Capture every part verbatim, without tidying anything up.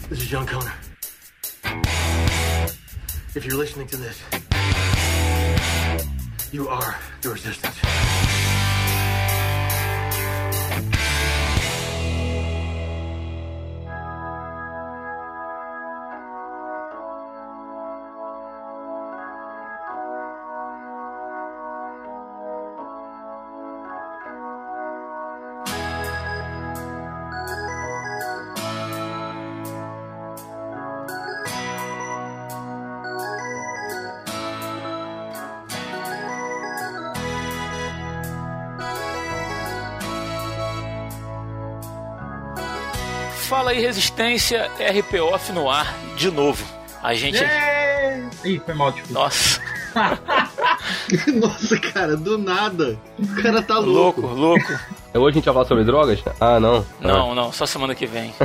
This is John Connor. If you're listening to this, you are the resistance. Fala aí, Resistência, R P Off no ar, de novo. A gente... Yeah! Ih, foi mal, tipo. Nossa. Nossa, cara, do nada. O cara tá louco. Louco, louco. Hoje a gente vai falar sobre drogas? Ah, não. Não, ah. não, só semana que vem.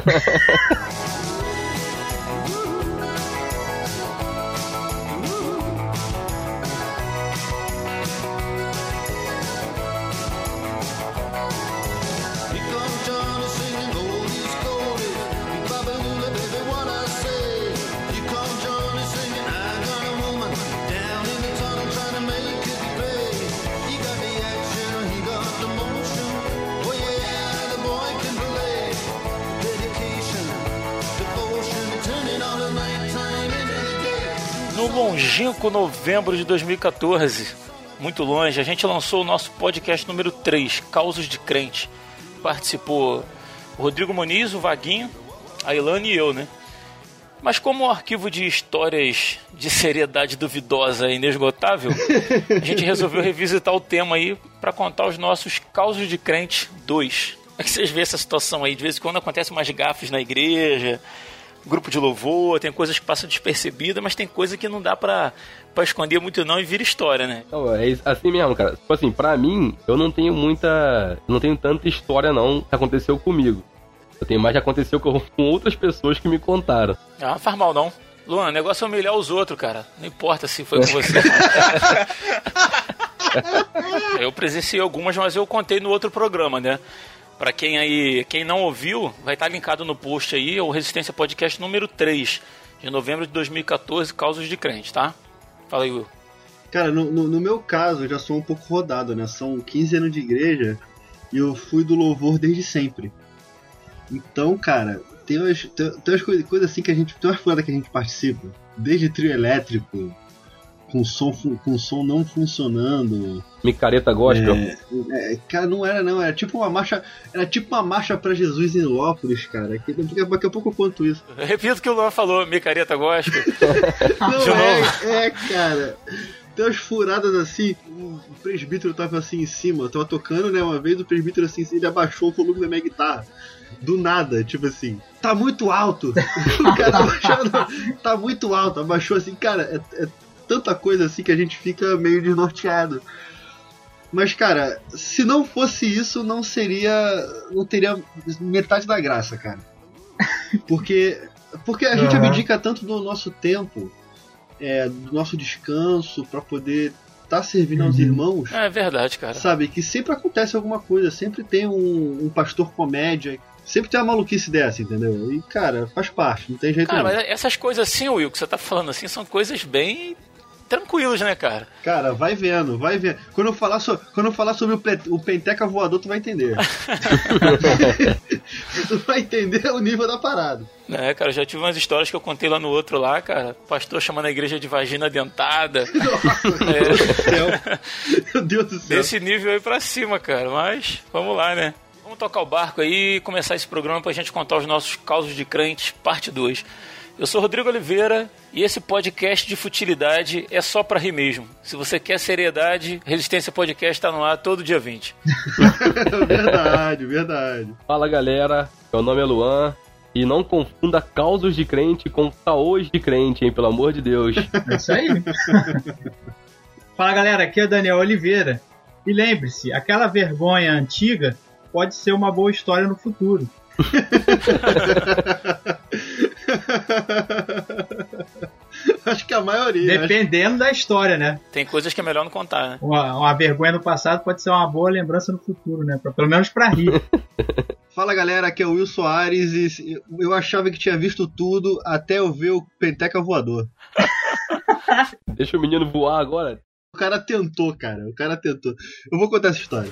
No longínquo novembro de dois mil e catorze, muito longe, a gente lançou o nosso podcast número três, Causos de Crente. Participou o Rodrigo Muniz, o Vaguinho, a Ilane e eu, né? Mas como o arquivo de histórias de seriedade duvidosa é inesgotável, a gente resolveu revisitar o tema aí para contar os nossos Causos de Crente dois. É que vocês veem essa situação aí, de vez em quando acontecem umas gafes na igreja, grupo de louvor, tem coisas que passam despercebidas, mas tem coisa que não dá pra, pra esconder muito não e vira história, né? Não, é assim mesmo, cara. Tipo assim, pra mim, eu não tenho muita... Não tenho tanta história, não, que aconteceu comigo. Eu tenho mais que aconteceu com outras pessoas que me contaram. Ah, não faz mal não. Luan, o negócio é humilhar os outros, cara. Não importa se foi com você. Eu presenciei algumas, mas eu contei no outro programa, né? Pra quem aí, quem não ouviu, vai estar linkado no post aí, o Resistência Podcast número três, de novembro de dois mil e catorze, Causos de Crente, tá? Fala aí, Will. Cara, no, no, no meu caso, eu já sou um pouco rodado, né? São quinze anos de igreja e eu fui do louvor desde sempre. Então, cara, tem umas, tem, tem umas coisas coisa assim que a gente... Tem umas coisas que a gente participa, desde trio elétrico, com som, com som não funcionando... Micareta gospel. É, é, cara, não era não, era tipo uma marcha, era tipo uma marcha pra Jesus em Lópolis, cara. Que daqui a pouco eu conto isso. Eu repito o que o Luan falou, micareta gospel. Não, é, é, cara. Tem umas furadas assim, o presbítero tava assim em cima, eu tava tocando, né, uma vez, o presbítero assim, ele abaixou o volume da minha guitarra. Do nada, tipo assim, tá muito alto. O cara abaixou, tá muito alto, abaixou assim, cara, é, é tanta coisa assim que a gente fica meio desnorteado. Mas, cara, se não fosse isso, não seria... Não teria metade da graça, cara. Porque, porque a gente uhum. abdica tanto do nosso tempo, é, do nosso descanso, pra poder estar tá servindo uhum. aos irmãos. É verdade, cara. Sabe, que sempre acontece alguma coisa, sempre tem um, um pastor comédia, sempre tem uma maluquice dessa, entendeu? E, cara, faz parte, não tem jeito cara, não. Mas essas coisas assim, Will, que você tá falando assim, são coisas bem... tranquilos, né, cara? Cara, vai vendo, vai vendo. Quando eu falar, so, quando eu falar sobre o, pe, o Penteca voador, tu vai entender. Tu vai entender o nível da parada. É, cara, eu já tive umas histórias que eu contei lá no outro lá, cara. Pastor chamando a igreja de vagina dentada. Nossa, é. Deus do céu. Meu Deus do céu. Desse nível aí pra cima, cara. Mas, vamos lá, né? Vamos tocar o barco aí e começar esse programa pra gente contar os nossos causos de crentes, parte dois. Eu sou Rodrigo Oliveira e esse podcast de futilidade é só pra rir mesmo. Se você quer seriedade, Resistência Podcast tá no ar todo dia vinte. Verdade, verdade. Fala, galera. Meu nome é Luan. E não confunda causos de crente com caôs de crente, hein? Pelo amor de Deus. É isso aí. Fala, galera. Aqui é Daniel Oliveira. E lembre-se, aquela vergonha antiga pode ser uma boa história no futuro. Acho que a maioria. Dependendo acho... da história, né? Tem coisas que é melhor não contar, né? Uma, uma vergonha no passado pode ser uma boa lembrança no futuro, né? Pra, pelo menos pra rir. Fala galera, aqui é o Will Soares e eu achava que tinha visto tudo até eu ver o Penteca voador. Deixa o menino voar agora. O cara tentou, cara. O cara tentou. Eu vou contar essa história.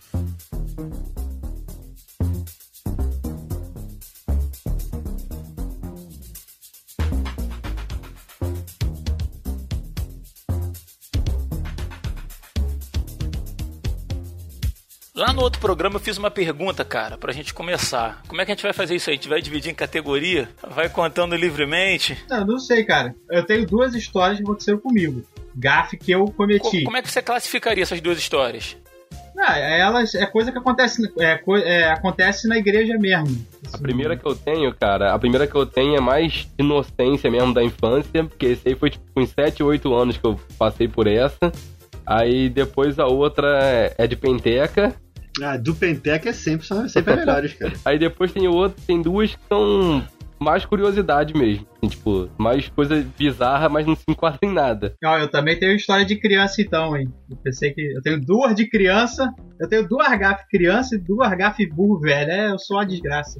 Lá no outro programa eu fiz uma pergunta, cara, pra gente começar. Como é que a gente vai fazer isso aí? A gente vai dividir em categoria? Vai contando livremente? Não, não sei, cara. Eu tenho duas histórias que aconteceram comigo. Gafe que eu cometi. Co- como é que você classificaria essas duas histórias? Ah, elas é coisa que acontece, é, é, acontece na igreja mesmo. A primeira que eu tenho, cara, a primeira que eu tenho é mais inocência mesmo da infância, porque esse aí foi tipo uns sete, oito anos que eu passei por essa. Aí depois a outra é de Penteca. Ah, do Penteca é sempre, são sempre melhores, cara. Aí depois tem outro, tem duas que são mais curiosidade mesmo. Assim, tipo, mais coisa bizarra, mas não se enquadra em nada. Ó, eu também tenho história de criança então, hein. Eu pensei que... Eu tenho duas de criança, eu tenho duas gafe criança e duas gafe burro, velho. É, eu sou uma desgraça.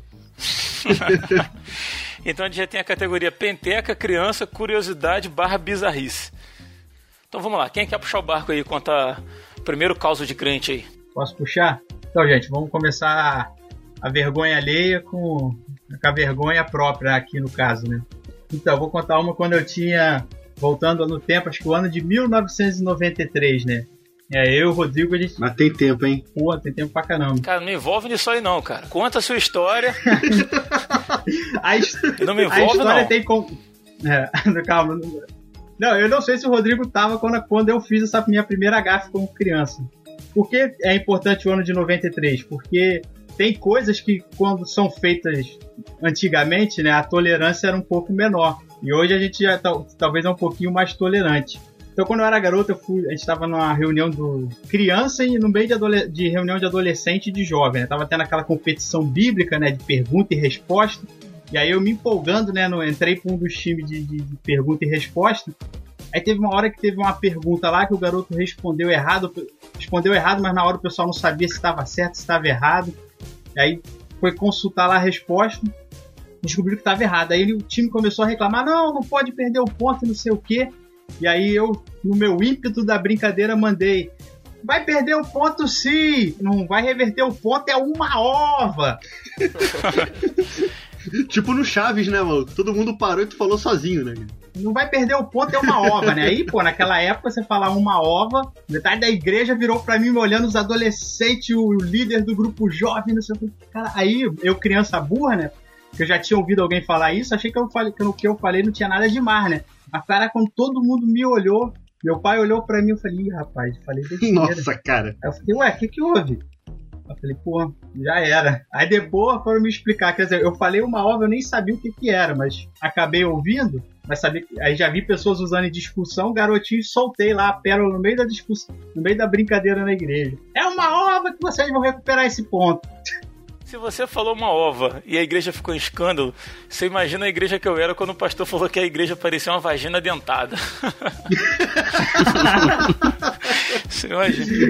Então a gente já tem a categoria Penteca, criança, curiosidade barra bizarrice. Então vamos lá, quem quer puxar o barco aí e contar o primeiro caso de crente aí? Posso puxar? Então, gente, vamos começar a vergonha alheia com, com a vergonha própria aqui no caso, né? Então, vou contar uma quando eu tinha, voltando no tempo, acho que o ano de mil novecentos e noventa e três, né? É, eu e o Rodrigo, a gente... Mas tem tempo, hein? Pô, tem tempo pra caramba. Cara, não me envolve nisso aí não, cara. Conta a sua história. a his... Não me envolve, a história não. tem como... É, calma. Não, eu não sei se o Rodrigo tava quando, quando eu fiz essa minha primeira gafe como criança. Por que é importante o ano de noventa e três? Porque tem coisas que, quando são feitas antigamente, né, a tolerância era um pouco menor. E hoje a gente já tá, talvez é um pouquinho mais tolerante. Então, quando eu era garoto, eu fui, a gente estava numa reunião do criança e no meio de, adole- de reunião de adolescente e de jovem. Né? Tava tendo aquela competição bíblica, né, de pergunta e resposta. E aí eu me empolgando, né, no, entrei para um dos times de, de, de pergunta e resposta. Aí teve uma hora que teve uma pergunta lá que o garoto respondeu errado, respondeu errado, mas na hora o pessoal não sabia se estava certo, se estava errado. E aí foi consultar lá a resposta, descobriu que estava errado. Aí o time começou a reclamar, não, não pode perder o ponto, não sei o quê. E aí eu, no meu ímpeto da brincadeira, mandei, vai perder o ponto sim, não vai reverter o ponto, é uma ova. Tipo no Chaves, né, mano? Todo mundo parou e tu falou sozinho, né? Não vai perder o ponto, é uma ova, né? Aí, pô, naquela época, você falar uma ova, metade da igreja virou pra mim, me olhando os adolescentes, o líder do grupo jovem, não sei o que. Cara, aí, eu, criança burra, né? Que eu já tinha ouvido alguém falar isso, achei que, eu falei, que o que eu falei não tinha nada demais, né? Mas, cara, quando todo mundo me olhou, meu pai olhou pra mim, eu falei, ih, rapaz, falei besteira. Nossa, cara. Aí eu falei, ué, o que que houve? Eu falei, pô, já era. Aí depois foram me explicar, quer dizer, eu falei uma ova, eu nem sabia o que que era, mas acabei ouvindo, mas sabia, aí já vi pessoas usando em discussão, garotinho, soltei lá a pérola no meio da discussão, no meio da brincadeira na igreja. É uma ova que vocês vão recuperar esse ponto. Se você falou uma ova e a igreja ficou em escândalo, você imagina a igreja que eu era quando o pastor falou que a igreja parecia uma vagina dentada. Você imagina?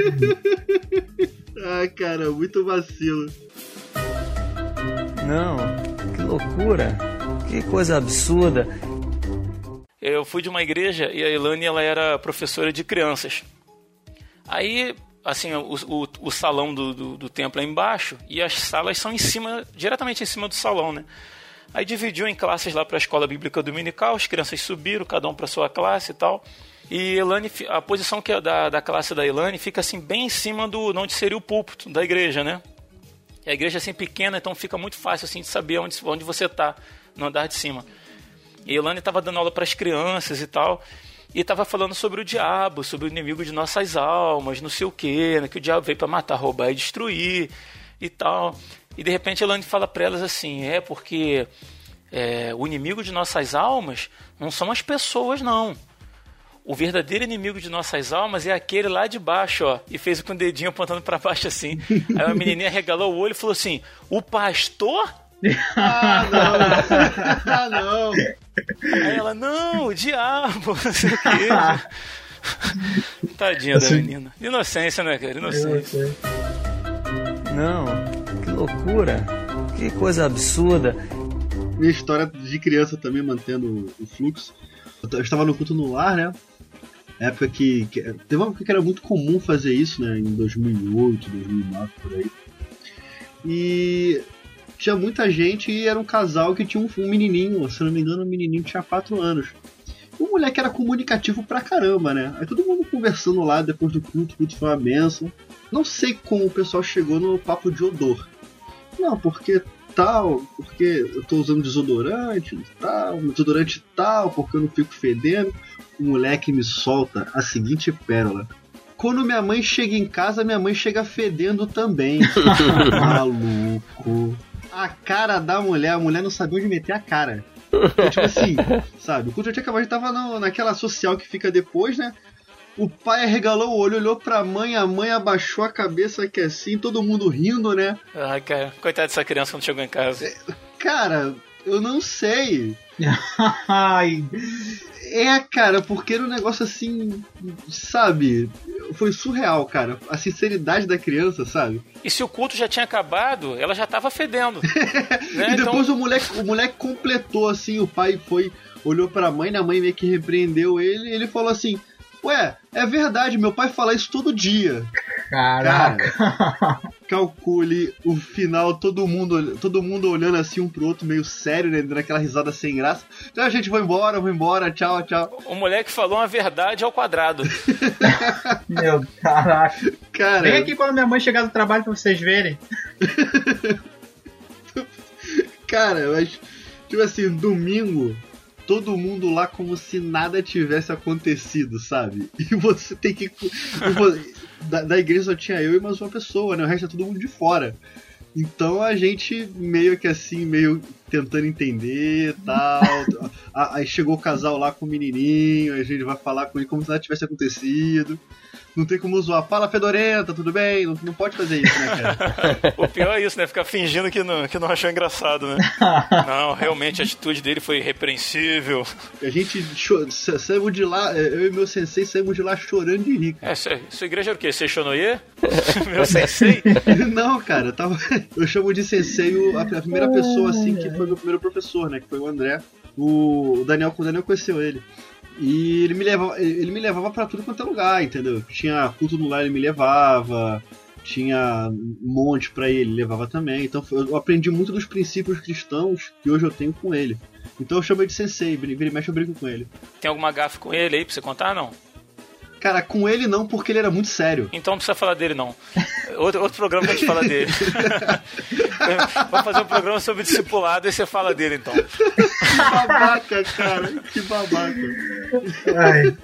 Ai, cara, muito vacilo. Não, que loucura, que coisa absurda. Eu fui de uma igreja e a Elane, ela era professora de crianças. Aí, assim, o, o, o salão do, do, do templo é embaixo e as salas são em cima, diretamente em cima do salão, né? Aí dividiu em classes lá para a escola bíblica dominical, as crianças subiram, cada um para sua classe e tal. E Elane, a posição que é da, da classe da Elane fica assim bem em cima do onde seria o púlpito da igreja, né? E a igreja é assim pequena, então fica muito fácil assim de saber onde, onde você está no andar de cima. E a Elane estava dando aula para as crianças e tal, e estava falando sobre o diabo, sobre o inimigo de nossas almas, não sei o quê, né? Que o diabo veio para matar, roubar e destruir e tal. E de repente a Elane fala para elas assim, é porque é, o inimigo de nossas almas não são as pessoas, não. O verdadeiro inimigo de nossas almas é aquele lá de baixo, ó. E fez com o dedinho apontando para baixo assim. Aí a menininha regalou o olho e falou assim, o pastor? Ah, não! Ah, não! Aí ela, não, o diabo, não sei o quê. Tadinha da menina. Inocência, né, cara? Inocência. Não, que loucura. Que coisa absurda. Minha história de criança também, mantendo o fluxo. Eu estava no culto no lar, né? Época que, que... Teve uma época que era muito comum fazer isso, né? Em dois mil e oito, dois mil e nove, por aí. E... tinha muita gente e era um casal que tinha um, um menininho, se não me engano, um menininho que tinha quatro anos. E o moleque era comunicativo pra caramba, né? Aí todo mundo conversando lá depois do culto, o culto foi uma bênção. Não sei como o pessoal chegou no papo de odor. Não, porque tal, porque eu tô usando desodorante tal, desodorante tal, porque eu não fico fedendo. O moleque me solta a seguinte pérola. Quando minha mãe chega em casa, minha mãe chega fedendo também. Maluco. A cara da mulher, a mulher não sabia onde meter a cara. Então, tipo assim, sabe? O culto já tinha acabado, a gente tava no, naquela social que fica depois, né? O pai arregalou o olho, olhou pra mãe, a mãe abaixou a cabeça que assim, todo mundo rindo, né? Ai, cara, coitada dessa criança quando chegou em casa. Cara, eu não sei. Ai. É, cara, porque era um negócio assim, sabe? Foi surreal, cara. A sinceridade da criança, sabe? E se o culto já tinha acabado, ela já tava fedendo. Né? E depois então... o moleque, o moleque completou, assim, o pai foi, olhou pra mãe, a mãe meio que repreendeu ele, e ele falou assim, ué, é verdade, meu pai fala isso todo dia. Caraca. Cara, calcule o final, todo mundo, todo mundo olhando assim um pro outro, meio sério, né? Dando aquela risada sem graça. Então a gente vai embora, vai embora, tchau, tchau. O moleque falou uma verdade ao quadrado. Meu caraca. Cara, vem aqui quando minha mãe chegar do trabalho pra vocês verem. Cara, mas, tipo assim, domingo, todo mundo lá como se nada tivesse acontecido, sabe? E você tem que... Da, da igreja só tinha eu e mais uma pessoa, né? O resto é todo mundo de fora. Então a gente meio que assim, meio tentando entender e tal. Aí chegou o casal lá com o menininho, a gente vai falar com ele como se nada tivesse acontecido. Não tem como zoar. Fala, fedorenta, tudo bem? Não, não pode fazer isso, né, cara? O pior é isso, né? Ficar fingindo que não, que não achou engraçado, né? Não, realmente a atitude dele foi irrepreensível. A gente cho- saímos de lá, eu e meu sensei saímos de lá chorando de rir. É, sua, sua igreja era o quê? Seishonoye? Meu sensei? Não, cara, eu, tava, eu chamo de sensei o, a, a primeira pessoa, assim, que foi meu primeiro professor, né? Que foi o André. O, o Daniel, o Daniel conheceu ele. E ele me levava, ele me levava pra tudo quanto é lugar, entendeu? Tinha culto no lar, ele me levava, tinha um monte pra ele, ele levava também. Então eu aprendi muito dos princípios cristãos que hoje eu tenho com ele. Então eu chamo ele de sensei, vira e mexe eu brinco com ele. Tem alguma gafe com ele aí pra você contar, não? Cara, com ele não, porque ele era muito sério. Então não precisa falar dele, não. Outro, outro programa que a gente fala dele. Vamos fazer um programa sobre discipulado e você fala dele, então. Que babaca, cara. Que babaca. Ai.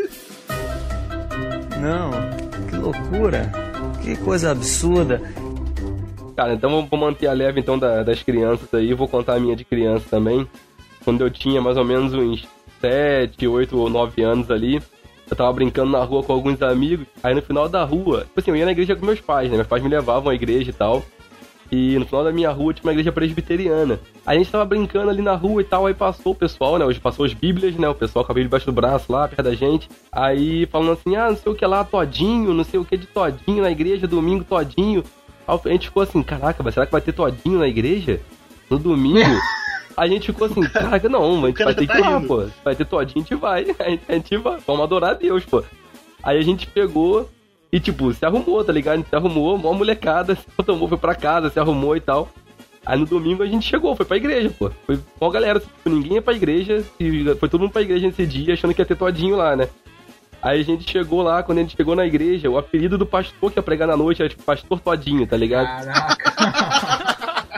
Não, que loucura. Que coisa absurda. Cara, então vou manter a leve então da, das crianças aí. Vou contar a minha de criança também. Quando eu tinha mais ou menos uns sete, oito ou nove anos ali, eu tava brincando na rua com alguns amigos. Aí no final da rua, tipo assim, eu ia na igreja com meus pais, né? Meus pais me levavam à igreja e tal. E no final da minha rua tinha uma igreja presbiteriana. Aí a gente tava brincando ali na rua e tal, aí passou o pessoal, né? Hoje passou as bíblias, né? O pessoal com a bíblia debaixo do braço lá, perto da gente. Aí falando assim, ah, não sei o que lá, todinho, não sei o que de todinho na igreja, domingo todinho. Aí a gente ficou assim, caraca, será que vai ter todinho na igreja? No domingo? A gente ficou assim, caraca, não, a gente vai ter que ir lá, pô. Vai ter todinho, a gente vai. A gente, a gente vai, vamos adorar a Deus, pô. Aí a gente pegou e, tipo, se arrumou, tá ligado? A gente se arrumou, mó molecada, se tomou, foi pra casa, se arrumou e tal. Aí no domingo a gente chegou, foi pra igreja, pô. Foi com a galera, tipo, ninguém ia pra igreja, foi todo mundo pra igreja nesse dia, achando que ia ter todinho lá, né? Aí a gente chegou lá, quando a gente chegou na igreja, o apelido do pastor que ia pregar na noite era, tipo, Pastor Todinho, tá ligado? Caraca.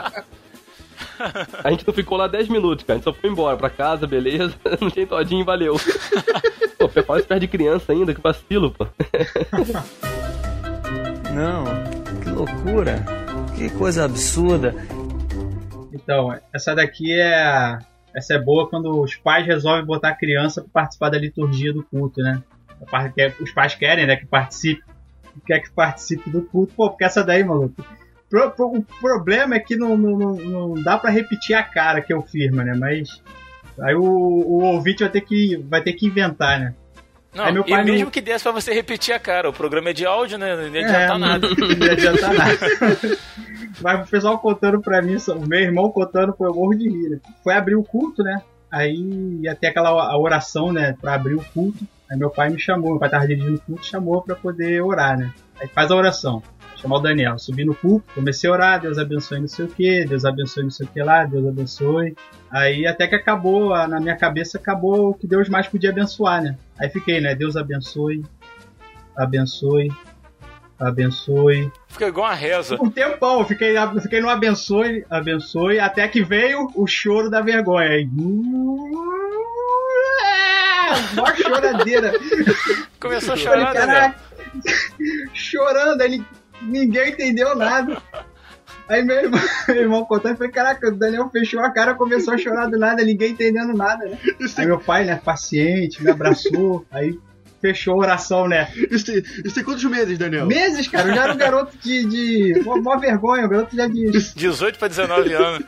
A gente não ficou lá dez minutos, cara. A gente só foi embora pra casa, beleza. Não tem todinho, valeu. Pô, prepara isso perto de criança ainda, que vacilo, pô. Não, que loucura. Que coisa absurda. Então, essa daqui é... Essa é boa quando os pais resolvem botar a criança pra participar da liturgia do culto, né? Os pais querem, né, que participe. Quer que participe do culto. Pô, porque essa daí, maluco... pro, pro, o problema é que não, não, não, não dá pra repetir a cara que eu firma, né? Mas aí o, o ouvinte vai ter, que, vai ter que inventar, né? Não, meu pai e mesmo não... que desse pra você repetir a cara, o programa é de áudio, né? Não ia adiantar é, nada. Não, não ia adiantar nada. Mas o pessoal contando pra mim, o meu irmão contando, foi eu morro de rir. Né? Foi abrir o culto, né? Aí ia ter aquela a oração, né? Pra abrir o culto. Aí meu pai me chamou, meu pai tava dirigindo o culto, chamou pra poder orar, né? Aí faz a oração. Chamar o Daniel, subi no culto, comecei a orar, Deus abençoe não sei o que, Deus abençoe não sei o que lá, Deus abençoe. Aí até que acabou, na minha cabeça acabou o que Deus mais podia abençoar, né? Aí fiquei, né? Deus abençoe, abençoe, abençoe. Fica igual uma reza. Um tempão, eu fiquei, eu fiquei no abençoe, abençoe, até que veio o choro da vergonha. Aí, mó choradeira. Começou a chorar, Daniel. Chorando, aí ninguém entendeu nada. Aí meu irmão, meu irmão contando, eu falei, caraca, o Daniel fechou a cara, começou a chorar do nada, ninguém entendendo nada, né? Aí meu pai, né, paciente, me abraçou, aí fechou a oração, né? Isso tem, isso tem quantos meses, Daniel? Meses, cara, eu já era um garoto de... de mó vergonha, um garoto já de... dezoito pra dezenove anos.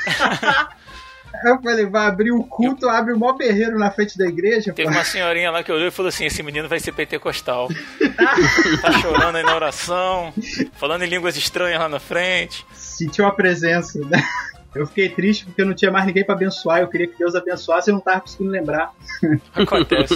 Eu falei, vai abrir o culto, eu... abre o maior berreiro na frente da igreja. Teve pô. Uma senhorinha lá que olhou e falou assim, esse menino vai ser pentecostal. Tá chorando aí na oração, falando em línguas estranhas lá na frente. Sentiu a presença, né? Eu fiquei triste porque eu não tinha mais ninguém pra abençoar, eu queria que Deus abençoasse e eu não tava conseguindo lembrar. Acontece.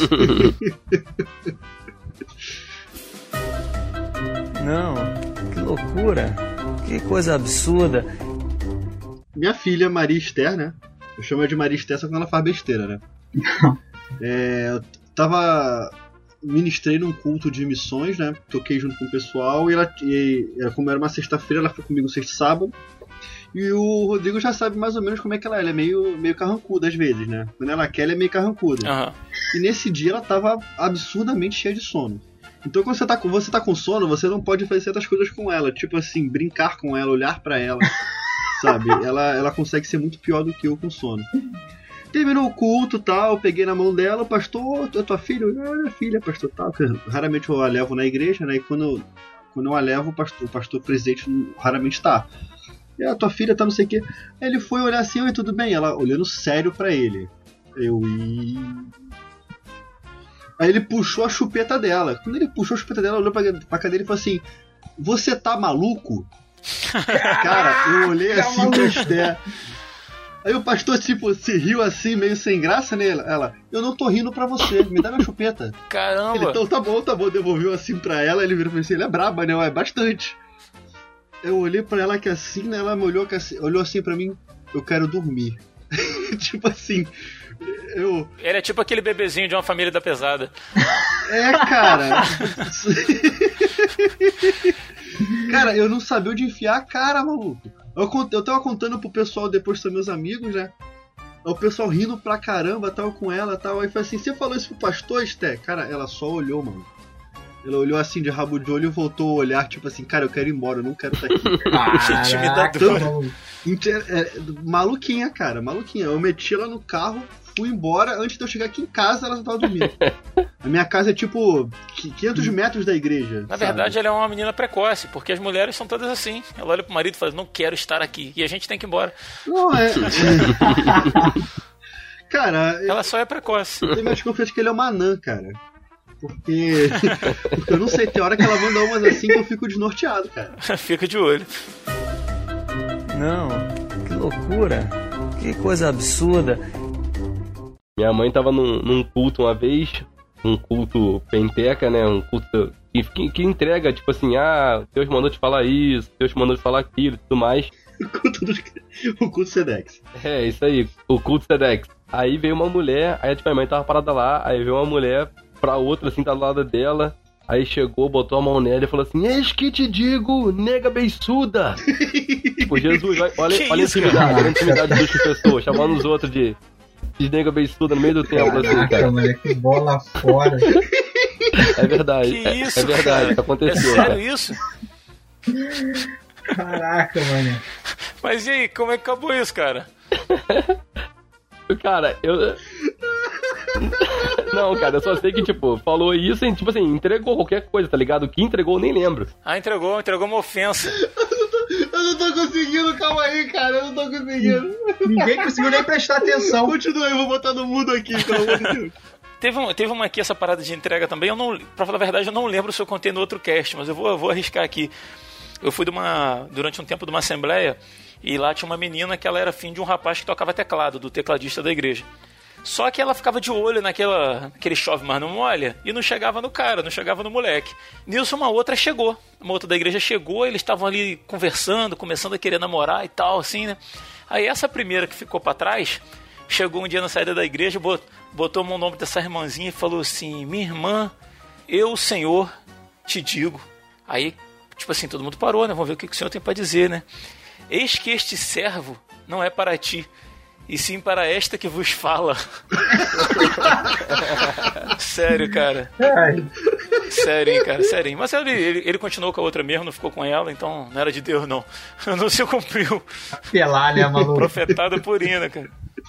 Não, que loucura, que coisa absurda. Minha filha, Maria Esther, né? Eu chamo ela de Maria Esther só quando ela faz besteira, né? é, eu tava... Ministrei num culto de missões, né? Toquei junto com o pessoal e, ela, e como era uma sexta-feira, ela foi comigo sexta e sábado. E o Rodrigo já sabe mais ou menos como é que ela é. Ela é meio, meio carrancuda às vezes, né? Quando ela quer, ela é meio carrancuda. Uhum. E nesse dia ela tava absurdamente cheia de sono. Então quando você tá, você tá com sono, você não pode fazer certas coisas com ela. Tipo assim, brincar com ela, olhar pra ela. Sabe? Ela, ela consegue ser muito pior do que eu com sono. Terminou o culto e tal, peguei na mão dela, pastor, é tua filha? Não, minha filha, pastor, tal. Raramente eu a levo na igreja, né? E quando, quando eu a levo, o pastor, o pastor presidente raramente tá. E a tua filha tá não sei o quê. Aí ele foi olhar assim, oi, tudo bem? Ela olhando sério pra ele. Eu e. Aí ele puxou a chupeta dela. Quando ele puxou a chupeta dela, olhou pra, pra cadeira e falou assim: você tá maluco? Cara, eu olhei assim pra Esther. Aí o pastor, tipo, se riu assim, meio sem graça, né? Ela, eu não tô rindo pra você, me dá minha chupeta. Caramba! Ele, então tá bom, tá bom, devolveu assim pra ela, ele virou e falou assim, ele é braba, né? É bastante. Eu olhei pra ela que assim, né? Ela me olhou, que assim, olhou assim pra mim, eu quero dormir. Tipo assim, eu... Ele é tipo aquele bebezinho de Uma Família da Pesada. É, cara. Cara, eu não sabia onde enfiar a cara, maluco. Eu, eu tava contando pro pessoal depois dos meus amigos, né? O pessoal rindo pra caramba, tava com ela e tal. Aí foi assim, você falou isso pro pastor, Esté? Cara, ela só olhou, mano. Ela olhou assim de rabo de olho e voltou a olhar, tipo assim, cara, eu quero ir embora, eu não quero estar aqui. Intimidadora. É, maluquinha, cara, maluquinha. Eu meti ela no carro, fui embora, antes de eu chegar aqui em casa, ela já tava dormindo. A minha casa é tipo quinhentos metros da igreja. Na sabe? verdade, ela é uma menina precoce, porque as mulheres são todas assim. Ela olha pro marido e fala, não quero estar aqui. E a gente tem que ir embora. Não, é... Cara... Ela só é precoce. Eu tenho minhas desconfiança que ele é uma anã, cara. Porque... Porque eu não sei, tem hora que ela manda umas assim que eu fico desnorteado, cara. Fica de olho. Não, que loucura, que coisa absurda. Minha mãe tava num, num culto uma vez, um culto penteca, né, um culto que, que, que entrega, tipo assim, ah, Deus mandou te falar isso, Deus mandou te falar aquilo e tudo mais. O culto, do... o culto Sedex. É, isso aí, o culto Sedex. Aí veio uma mulher, aí tipo, minha mãe tava parada lá, aí veio uma mulher pra outra, assim, tá do lado dela. Aí chegou, botou a mão nela e falou assim, eis que te digo, nega beiçuda. Tipo, Jesus, olha, olha a intimidade, olha a intimidade dos pessoas, chamando os outros de, de nega beiçuda no meio do templo. Caraca, assim, cara. Mano, que bola fora. É verdade, que é, isso, é verdade, cara? aconteceu. É sério cara. isso? Caraca, mano. Mas e aí, como é que acabou isso, cara? Cara, eu... Não, cara, eu só sei que, tipo, falou isso e, tipo assim, entregou qualquer coisa, tá ligado? O que entregou eu nem lembro. Ah, entregou, entregou uma ofensa. Eu Eu não tô conseguindo, calma aí, cara. Eu não tô conseguindo. Ninguém conseguiu nem prestar atenção. Continua, eu vou botar no mudo aqui, pelo amor de Deus. Teve, um, teve uma aqui, essa parada de entrega também. Eu não, pra falar a verdade, eu não lembro se eu contei no outro cast, mas eu vou, eu vou arriscar aqui. Eu fui de uma, durante um tempo de uma assembleia e lá tinha uma menina que ela era filha de um rapaz que tocava teclado, do tecladista da igreja. Só que ela ficava de olho naquela, naquele chove mas não molha e não chegava no cara, não chegava no moleque. Nisso uma outra chegou, uma outra da igreja chegou, eles estavam ali conversando, começando a querer namorar e tal, assim, né? Aí essa primeira que ficou pra trás, chegou um dia na saída da igreja, botou o nome dessa irmãzinha e falou assim: minha irmã, eu, Senhor, te digo. Aí, tipo assim, todo mundo parou, né? Vamos ver o que o Senhor tem pra dizer, né? Eis que este servo não é para ti, e sim para esta que vos fala. Sério, cara. Ai. Sério, hein, cara, sério. Mas ele, ele, ele continuou com a outra mesmo, não ficou com ela, então não era de Deus, não. Não se cumpriu. Pelar, né, maluco? Profetada purina, cara.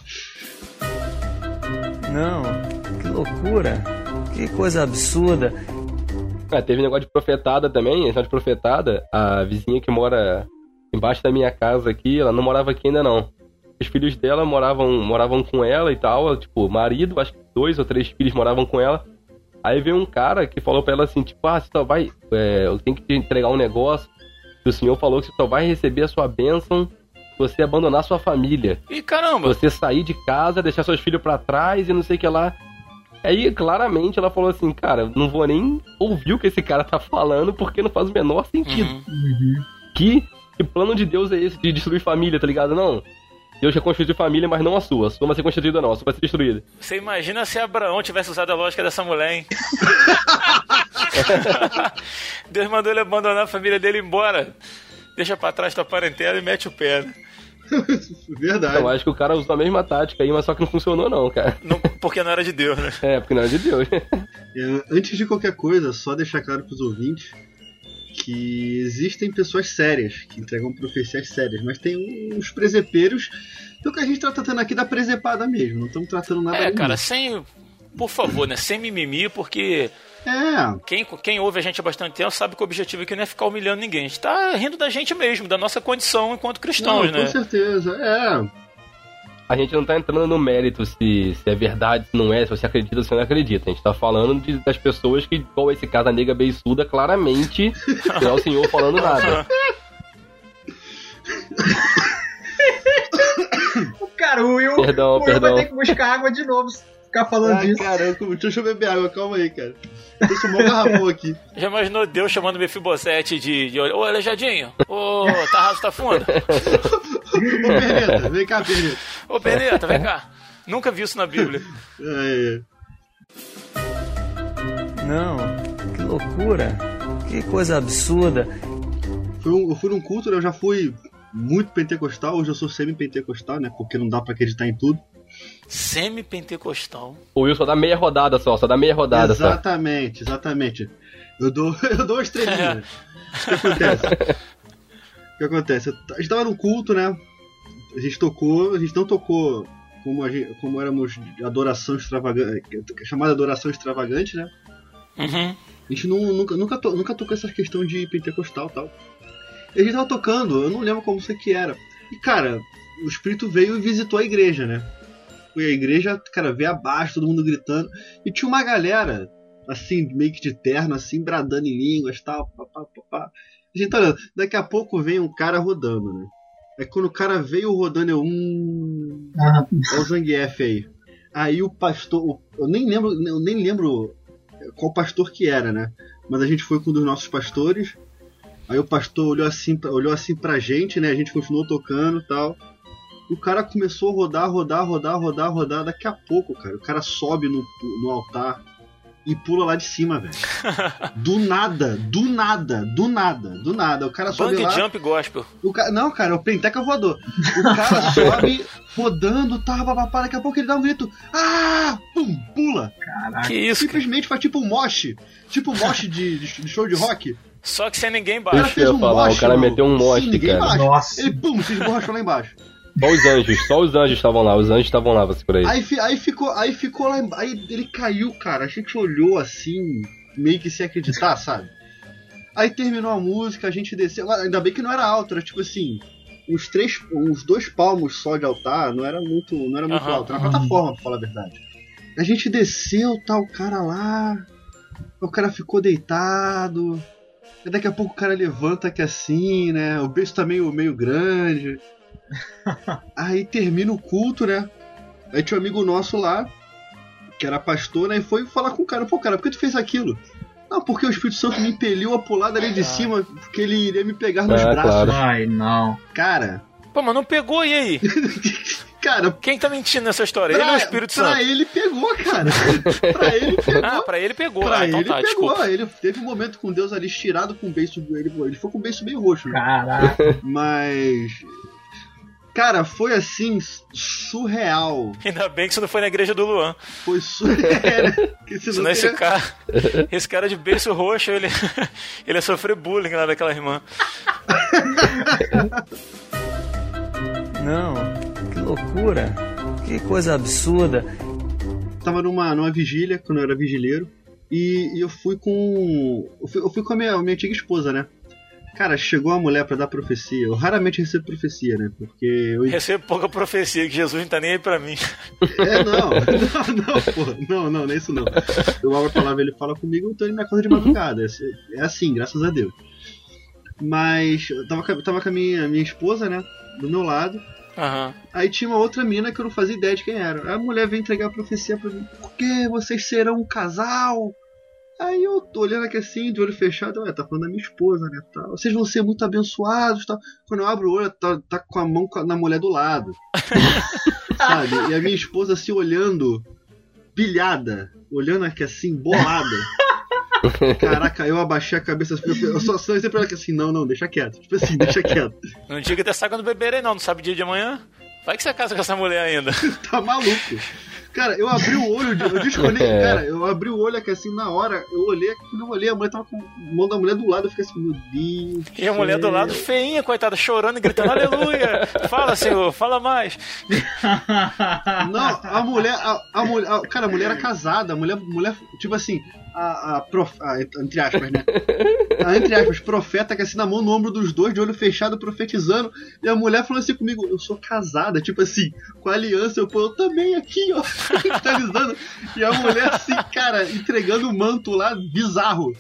Não, que loucura. Que coisa absurda. Ah, teve negócio de profetada também, negócio de profetada. A vizinha que mora embaixo da minha casa aqui, ela não morava aqui ainda não. Os filhos dela moravam, moravam com ela e tal, tipo, marido, acho que dois ou três filhos moravam com ela. Aí veio um cara que falou pra ela assim, tipo, ah, você só vai, é, eu tenho que te entregar um negócio, que o senhor falou que você só vai receber a sua bênção se você abandonar sua família. Ih, caramba! Você sair de casa, deixar seus filhos pra trás e não sei o que lá. Aí, claramente, ela falou assim, cara, não vou nem ouvir o que esse cara tá falando, porque não faz o menor sentido. Uhum. Uhum. Que, que plano de Deus é esse de destruir família, tá ligado? Não. Deus quer construir família, mas não a sua. A sua não vai ser construída, não. A sua vai ser destruída. Você imagina se Abraão tivesse usado a lógica dessa mulher, hein? Deus mandou ele abandonar a família dele e ir embora. Deixa pra trás tua parentela e mete o pé, né? Verdade. Eu acho que o cara usou a mesma tática aí, mas só que não funcionou não, cara. Não, porque não era de Deus, né? É, porque não era de Deus. É, antes de qualquer coisa, só deixar claro pros ouvintes que existem pessoas sérias, que entregam profecias sérias, mas tem uns presepeiros, então que a gente tá tratando aqui da presepada mesmo, não estamos tratando nada É, ali cara, mesmo. sem... Por favor, né? Sem mimimi, porque... É. Quem, quem ouve a gente há bastante tempo sabe que o objetivo aqui não é ficar humilhando ninguém. A gente tá rindo da gente mesmo, da nossa condição enquanto cristãos, Não, né? com certeza, é. A gente não tá entrando no mérito se, se é verdade, se não é, se você acredita ou se não acredita. A gente tá falando de, das pessoas que, igual esse caso, a nega beiçuda, claramente não é o senhor falando nada. Cara, o Will, Perdão, o Will perdão. vai ter que buscar água de novo se ficar falando Ai, disso. caramba, deixa eu beber água, calma aí, cara. Eu tomou um garrafão aqui. Já imaginou Deus chamando Mefibosete de, de... Ô, Aleijadinho! Ô, tá raso, tá fundo? Ô, Perneta, vem cá, Perneta. Ô, Perneta, vem cá. Nunca vi isso na Bíblia. É, é. Não, que loucura. Que coisa absurda. Fui um, eu fui num culto, né? Eu já fui muito pentecostal, hoje eu sou semi-pentecostal, né? Porque não dá pra acreditar em tudo. Semi-pentecostal. O Will só dá meia rodada só, só dá meia rodada Exatamente, exatamente. Eu dou, eu dou uma estrelinha. O que acontece? O que acontece? A gente tava num culto, né? A gente tocou, a gente não tocou como, a gente, como éramos de adoração extravagante, chamada adoração extravagante, né? Uhum. A gente não, nunca, nunca, to, nunca tocou essa questão de pentecostal e tal. E a gente tava tocando, eu não lembro como isso aqui era. E cara, o Espírito veio e visitou a igreja, né? Foi a igreja, cara, veio abaixo, todo mundo gritando. E tinha uma galera, assim, meio que de terno, assim, bradando em línguas e tal. Pá, pá, pá, pá. A gente tá olhando, daqui a pouco vem um cara rodando, né? Aí quando o cara veio rodando, eu. Hum. Ah, Olha o Zangief aí. Aí o pastor. Eu nem lembro, eu nem lembro qual pastor que era, né? Mas a gente foi com um dos nossos pastores. Aí o pastor olhou assim, olhou assim pra gente, né? A gente continuou tocando e tal. E o cara começou a rodar, rodar, rodar, rodar, rodar. Daqui a pouco, cara, o cara sobe no, no altar e pula lá de cima, velho. Do nada, do nada, do nada, do nada. O cara sobe Bang lá... Jump Gospel. O ca... Não, cara, é o Penteca voador. O cara sobe rodando, tá, papapá, daqui a pouco ele dá um grito. Ah! Pum! Pula! caraca. Que isso, cara? Simplesmente faz tipo um mosh. Tipo um mosh de, de de show de rock. Só que sem ninguém O cara embaixo. Deixa eu falar, o cara mano, meteu um mosh, sem ninguém cara. embaixo. Nossa. Ele, pum, se esborrachou lá embaixo. Só os anjos, só os anjos estavam lá, os anjos estavam lá, você por aí. Aí, fi- aí ficou, aí ficou lá embaixo. Aí ele caiu, cara. A gente olhou assim, meio que sem acreditar, sabe? Aí terminou a música, a gente desceu. Ainda bem que não era alto, era tipo assim, uns três, uns dois palmos só de altar, não era muito, não era muito uhum, alto, era uma plataforma, pra falar a verdade. A gente desceu, tá o cara lá, o cara ficou deitado, e daqui a pouco o cara levanta aqui assim, né? O beijo tá meio, meio grande. Aí termina o culto, né? Aí tinha um amigo nosso lá, que era pastor, né? E foi falar com o cara, pô, cara, por que tu fez aquilo? Não, porque o Espírito Santo me impeliu a pular dali de cima, porque ele iria me pegar nos ah, braços. Claro. Ai, não. Cara... Pô, mas não pegou, e aí? Cara... Quem tá mentindo nessa história? Pra, ele ou o Espírito pra Santo? Pra ele pegou, cara. Pra ele pegou. Ah, pra ele pegou. Pra ah, ele então tá, pegou. desculpa. Ele teve um momento com Deus ali estirado com o beiço. Ele, ele foi com o beiço meio roxo. Né? Caraca. Mas... Cara, foi assim, surreal. Ainda bem que isso não foi na igreja do Luan. Foi surreal. Senão esse cara, esse cara de beiço roxo, ele, ele ia sofrer bullying lá daquela irmã. Não, que loucura. Que coisa absurda. Tava numa, numa vigília, quando eu era vigileiro, e, e eu fui com. Eu fui, eu fui com a minha, a minha antiga esposa, né? Cara, chegou uma mulher pra dar profecia. Eu raramente recebo profecia, né? Porque eu... Recebo pouca profecia, que Jesus não tá nem aí pra mim. É, não. Não, não, pô. Não, não, nem isso não. Eu abro a palavra, ele fala comigo, então ele me acorda de madrugada. É assim, graças a Deus. Mas eu tava, tava com a minha, minha esposa, né? Do meu lado. Uhum. Aí tinha uma outra mina que eu não fazia ideia de quem era. Aí a mulher veio entregar a profecia pra mim. Por que vocês serão um casal? Aí eu tô olhando aqui assim, de olho fechado, ué, tá falando da minha esposa, né, tal. Vocês vão ser muito abençoados, tal. Quando eu abro o olho, tá, tá com a mão na mulher do lado. Sabe? E a minha esposa se olhando, pilhada, olhando aqui assim, bolada. Caraca, eu abaixei a cabeça, eu só sou sempre aqui assim, não, não, deixa quieto. Tipo assim, deixa quieto. Não diga até saca no beber aí não, não sabe o dia de amanhã? Vai que você casa com essa mulher ainda. Tá maluco. Cara, eu abri o olho, eu desconectei, cara, eu abri o olho aqui assim, na hora, eu olhei aqui, quando eu olhei, a mulher tava com a mão da mulher do lado, eu fiquei assim, meu Deus. E a mulher do lado feinha, coitada, chorando e gritando, aleluia, fala, Senhor, fala mais. Não, a mulher, a, a mulher, a, cara, a mulher era casada, a mulher, mulher tipo assim, a, a, prof, a entre aspas, né, a, entre aspas, profeta que assim, na mão, no ombro dos dois, de olho fechado, profetizando, e a mulher falou assim comigo, eu sou casada, tipo assim, com a aliança, eu, pô, eu também aqui, ó. Finalizando, e a mulher assim, cara, entregando o manto lá, bizarro.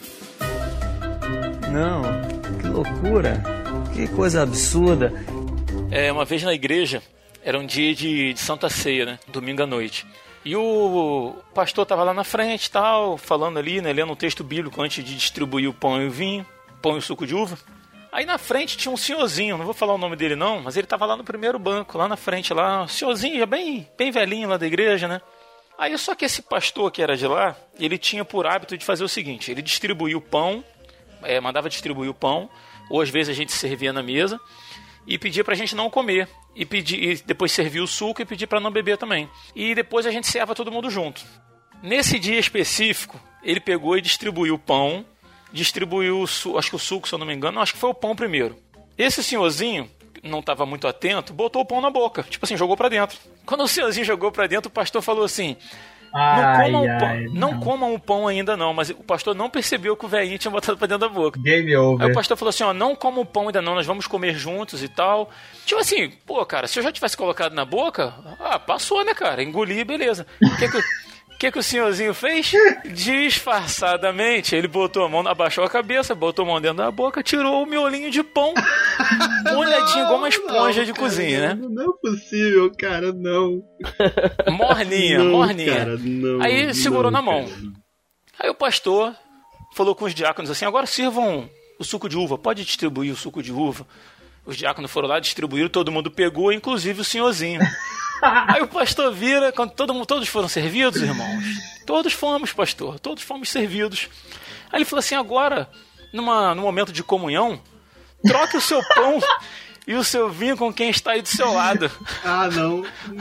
Não, que loucura. Que coisa absurda. É, uma vez na igreja, era um dia de, de Santa Ceia, né? Domingo à noite. E o pastor tava lá na frente, tal, falando ali, né? Lendo um texto bíblico antes de distribuir o pão e o vinho, pão e o suco de uva. Aí na frente tinha um senhorzinho, não vou falar o nome dele não, mas ele tava lá no primeiro banco, lá na frente, lá, um senhorzinho já bem, bem velhinho lá da igreja, né? Aí só que esse pastor que era de lá, ele tinha por hábito de fazer o seguinte, ele distribuía o pão, é, mandava distribuir o pão, ou às vezes a gente servia na mesa, e pedia pra gente não comer, e, pedia, e depois servia o suco e pedia pra não beber também. E depois a gente serva todo mundo junto. Nesse dia específico, ele pegou e distribuiu o pão, distribuiu, o su- acho que o suco, se eu não me engano, acho que foi o pão primeiro. Esse senhorzinho, não estava muito atento, botou o pão na boca, tipo assim, jogou pra dentro. Quando o senhorzinho jogou pra dentro, o pastor falou assim, ai, não, comam ai, pão, não. não comam o pão ainda não, mas o pastor não percebeu que o velhinho tinha botado pra dentro da boca. Game over. Aí o pastor falou assim, ó, não comam o pão ainda não, nós vamos comer juntos e tal. Tipo assim, pô, cara, se eu já tivesse colocado na boca, ah, passou, né, cara, engoli, beleza. O que que... O que, que o senhorzinho fez? Disfarçadamente, ele botou a mão, abaixou a cabeça, botou a mão dentro da boca, tirou o miolinho de pão, molhadinho igual uma esponja não, de cara, cozinha, né? Não é possível, cara, não. Morninha, não, morninha. Cara, não, Aí segurou não, na mão. cara. Aí o pastor falou com os diáconos assim, agora sirvam o suco de uva, pode distribuir o suco de uva. Os diáconos foram lá, distribuíram, todo mundo pegou, inclusive o senhorzinho. Aí o pastor vira, quando todo mundo, todos foram servidos, irmãos? Todos fomos, pastor, todos fomos servidos. Aí ele falou assim, agora, numa, num momento de comunhão, troque o seu pão e o seu vinho com quem está aí do seu lado. Ah, não.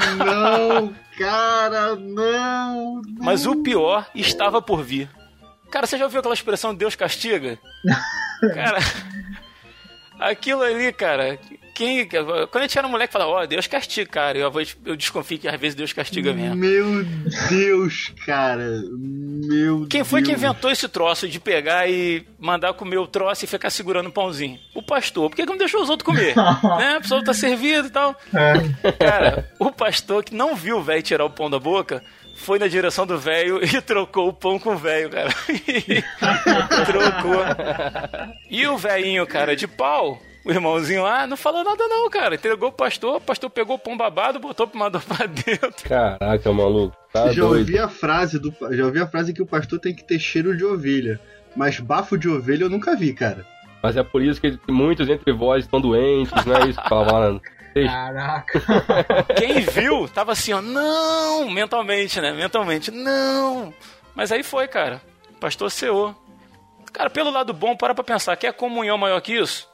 Não, cara, não, não. Mas o pior estava por vir. Cara, você já ouviu aquela expressão Deus castiga? Cara, aquilo ali, cara, quem, quando a gente era moleque, falava, ó, oh, Deus castiga, cara. Eu, eu desconfio que às vezes Deus castiga mesmo. Meu Deus, cara. Meu Quem foi Deus. que inventou esse troço de pegar e mandar comer o troço e ficar segurando o pãozinho? O pastor. Por que que não deixou os outros comer? Né? A pessoa tá servida e tal. É. Cara, o pastor que não viu o velho tirar o pão da boca foi na direção do velho e trocou o pão com o velho, cara. Trocou. E o velhinho, cara, de pau, o irmãozinho lá, não falou nada não, cara. Entregou o pastor, o pastor pegou o pão babado, botou e mandou pra dentro. Caraca, maluco. Tá já doido. ouvi a frase do, já ouvi a frase que o pastor tem que ter cheiro de ovelha. Mas bafo de ovelha eu nunca vi, cara. Mas é por isso que muitos entre vós estão doentes, não é isso que falavam, né? Caraca. Quem viu, tava assim, ó, não, mentalmente, né? Mentalmente, não. Mas aí foi, cara. Pastor ceou. Cara, pelo lado bom, para pra pensar, quer comunhão maior que isso?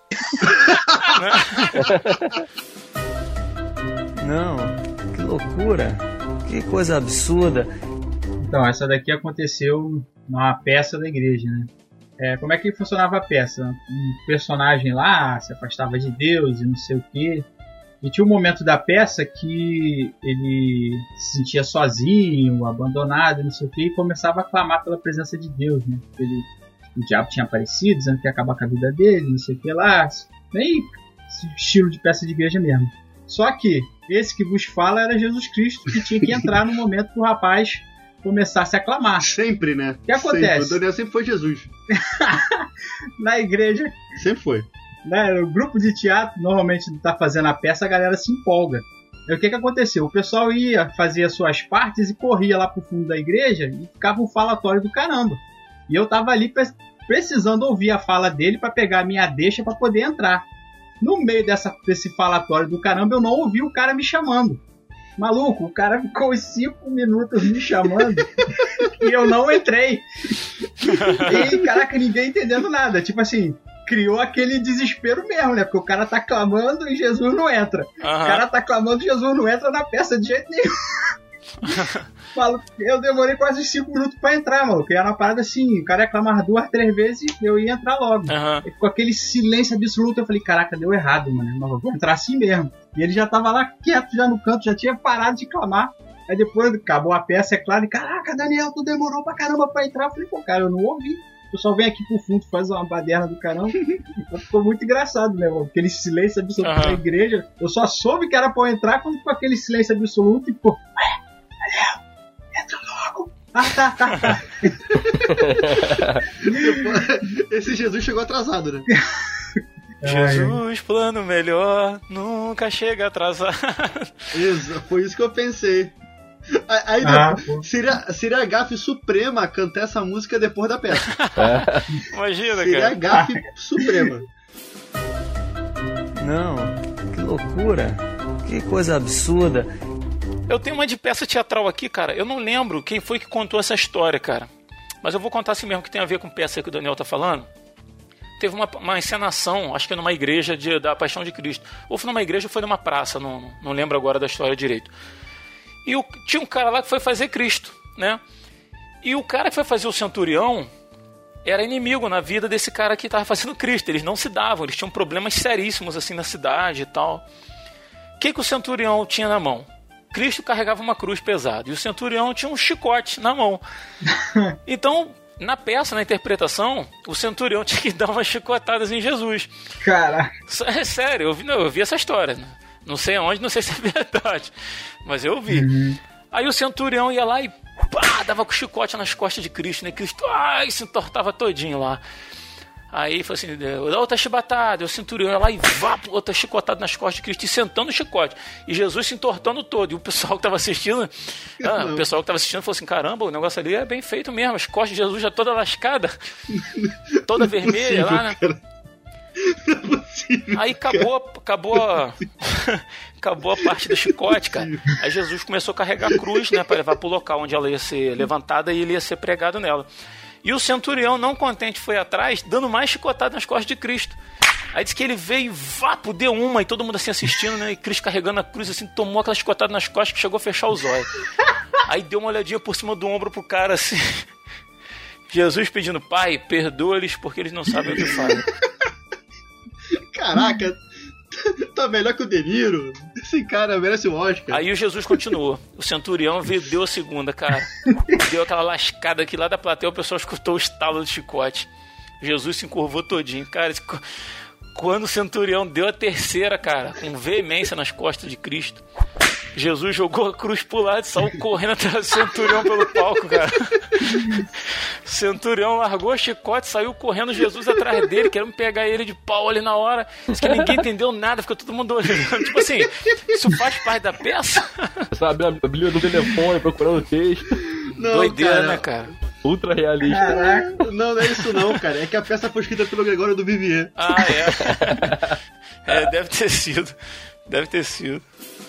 Não, que loucura. Que coisa absurda. Então, essa daqui aconteceu numa peça da igreja, né? É, como é que funcionava a peça? Um personagem lá se afastava de Deus e não sei o quê. E tinha um momento da peça que ele se sentia sozinho, abandonado, não sei o quê, e começava a clamar pela presença de Deus, né? Ele, o diabo tinha aparecido, dizendo que ia acabar com a vida dele, não sei o que lá. Bem estilo de peça de igreja mesmo. Só que esse que vos fala era Jesus Cristo, que tinha que entrar no momento que o rapaz começasse a clamar. Sempre, né? O que acontece? Sempre. O Daniel sempre foi Jesus. Na igreja... Sempre foi. Né, o grupo de teatro normalmente está fazendo a peça, a galera se empolga. E o que que aconteceu? O pessoal ia fazer as suas partes e corria lá pro fundo da igreja e ficava um falatório do caramba. E eu tava ali pre- precisando ouvir a fala dele para pegar a minha deixa para poder entrar. No meio dessa, desse falatório do caramba, eu não ouvi o cara me chamando. Maluco, o cara ficou uns cinco minutos me chamando e eu não entrei. E, caraca, ninguém entendendo nada. Tipo assim, criou aquele desespero mesmo, né? Porque o cara tá clamando e Jesus não entra. Uhum. O cara tá clamando e Jesus não entra na peça de jeito nenhum. Falo, eu demorei quase cinco minutos pra entrar, mano. Porque era uma parada assim, o cara ia clamar duas, três vezes e eu ia entrar logo. Uhum. E ficou aquele silêncio absoluto. Eu falei, caraca, deu errado, mano. Mas eu vou entrar assim mesmo. E ele já tava lá quieto, já no canto, já tinha parado de clamar. Aí depois acabou a peça, é claro, e caraca, Daniel, tu demorou pra caramba pra entrar. Eu falei, pô, cara, eu não ouvi. O pessoal vem aqui pro fundo, faz uma baderna do caramba. Ficou muito engraçado, né, mano? Aquele silêncio absoluto uhum. na igreja. Eu só soube que era pra eu entrar quando ficou aquele silêncio absoluto e, pô, Daniel, entra logo. Ah, tá, tá, tá. Esse Jesus chegou atrasado, né? Jesus, plano melhor, nunca chega atrasado. Isso, foi isso que eu pensei. Aí ah, seria, seria a gafe suprema cantar essa música depois da peça. É. Imagina, seria cara. Seria a gafe suprema. Não, que loucura. Que coisa absurda. Eu tenho uma de peça teatral aqui, cara. Eu não lembro quem foi que contou essa história, cara. Mas eu vou contar assim mesmo, que tem a ver com peça que o Daniel tá falando. Teve uma, uma encenação, acho que numa igreja de, da Paixão de Cristo. Ou foi numa igreja ou foi numa praça, não, não lembro agora da história direito. E o, tinha um cara lá que foi fazer Cristo, né? E o cara que foi fazer o centurião era inimigo na vida desse cara que estava fazendo Cristo. Eles não se davam, eles tinham problemas seríssimos assim na cidade e tal. O que, que o centurião tinha na mão? Cristo carregava uma cruz pesada e o centurião tinha um chicote na mão. Então, na peça, na interpretação, o centurião tinha que dar umas chicotadas em Jesus. Caraca. É sério, eu vi, não, eu vi essa história, né? Não sei aonde, não sei se é verdade, mas eu vi. Uhum. Aí o centurião ia lá e pá, dava com o chicote nas costas de Cristo, né? Cristo, ai, se entortava todinho lá. Aí foi assim, outra chibatada, o centurião ia lá e vá, outra chicotada nas costas de Cristo, e sentando o chicote. E Jesus se entortando todo. E o pessoal que estava assistindo, ah, o pessoal que estava assistindo falou assim, caramba, o negócio ali é bem feito mesmo, as costas de Jesus já toda lascada, toda vermelha lá, né? Possível, aí acabou, acabou, a, acabou a parte do chicote, cara. Aí Jesus começou a carregar a cruz, né, para levar pro local onde ela ia ser levantada e ele ia ser pregado nela. E o centurião, não contente, foi atrás, dando mais chicotada nas costas de Cristo. Aí disse que ele veio, vapo, deu uma, e todo mundo assim assistindo, né? E Cristo carregando a cruz, assim, tomou aquela chicotada nas costas que chegou a fechar os olhos. Aí deu uma olhadinha por cima do ombro pro cara, assim. Jesus pedindo, Pai, perdoa-lhes porque eles não sabem o que fazem. Caraca, Tá melhor que o De Niro. Esse cara merece o Oscar. Aí o Jesus continuou. O centurião veio, deu a segunda, cara. Deu aquela lascada aqui lá da plateia, o pessoal escutou o estalo do chicote. Jesus se encurvou todinho. Cara, quando o centurião deu a terceira, cara, com veemência nas costas de Cristo, Jesus jogou a cruz pro lado e saiu correndo atrás do centurião pelo palco, cara. O centurião largou o chicote, saiu correndo, Jesus atrás dele, querendo pegar ele de pau ali na hora. Diz que ninguém entendeu nada, ficou todo mundo olhando. Tipo assim, isso faz parte da peça? Você abriu a Bíblia no telefone, procurando o texto. Não, doideira, cara. né, cara? Ultra realista. Caraca. Não, não é isso não, cara. É que a peça foi escrita pelo Gregório do Vivier. Ah, é. É, deve ter sido. Deve ter sido.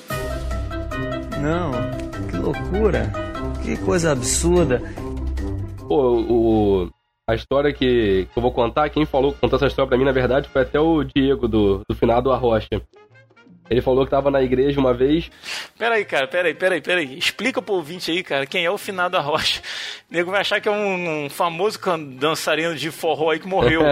Não, que loucura. Que coisa absurda. Pô, o, a história que, que eu vou contar, quem falou, contou essa história pra mim, na verdade, foi até o Diego, do, do finado Arrocha. Ele falou que tava na igreja uma vez. Peraí, cara, peraí, peraí, peraí. Explica pro ouvinte aí, cara, quem é o finado Arrocha. O nego vai achar que é um, um famoso dançarino de forró aí que morreu.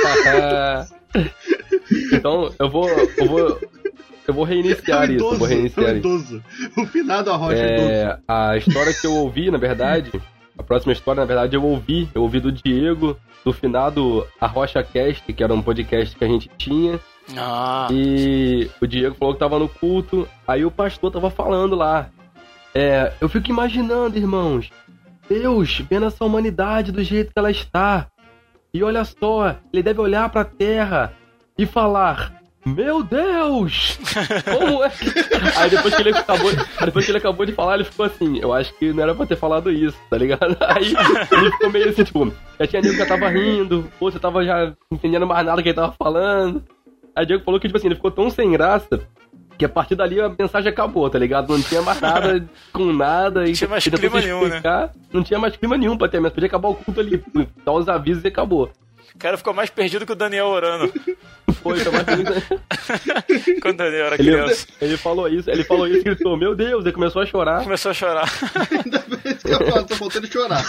Então, eu vou... Eu vou Eu vou reiniciar é um idoso, isso, vou reiniciar é um isso. idoso. O finado Arrocha é idoso. A história que eu ouvi, na verdade, a próxima história, na verdade, eu ouvi. Eu ouvi do Diego, do finado Arrocha Cast, que era um podcast que a gente tinha. Ah. E o Diego falou que tava no culto, aí o pastor tava falando lá. É, eu fico imaginando, irmãos, Deus vendo essa humanidade do jeito que ela está. E olha só, ele deve olhar pra terra e falar... Meu Deus! Como é? Aí depois que, ele acabou, depois que ele acabou de falar, ele ficou assim, eu acho que não era pra ter falado isso, tá ligado? Aí ele ficou meio assim, tipo, já tinha nego que já tava rindo, ou você tava já entendendo mais nada que ele tava falando. Aí o Diego falou que, tipo assim, ele ficou tão sem graça que a partir dali a mensagem acabou, tá ligado? Não tinha mais nada com nada. Não tinha mais clima nenhum, né? Não tinha mais clima nenhum pra ter, mas podia acabar o culto ali, dar uns avisos e acabou. O cara ficou mais perdido que o Daniel orando. Foi, tá mais perdido. Quando o Daniel era ele, criança. Ele falou isso, ele falou isso e gritou, meu Deus, ele começou a chorar. Começou a chorar. Ainda bem que eu falo, tô faltando chorar.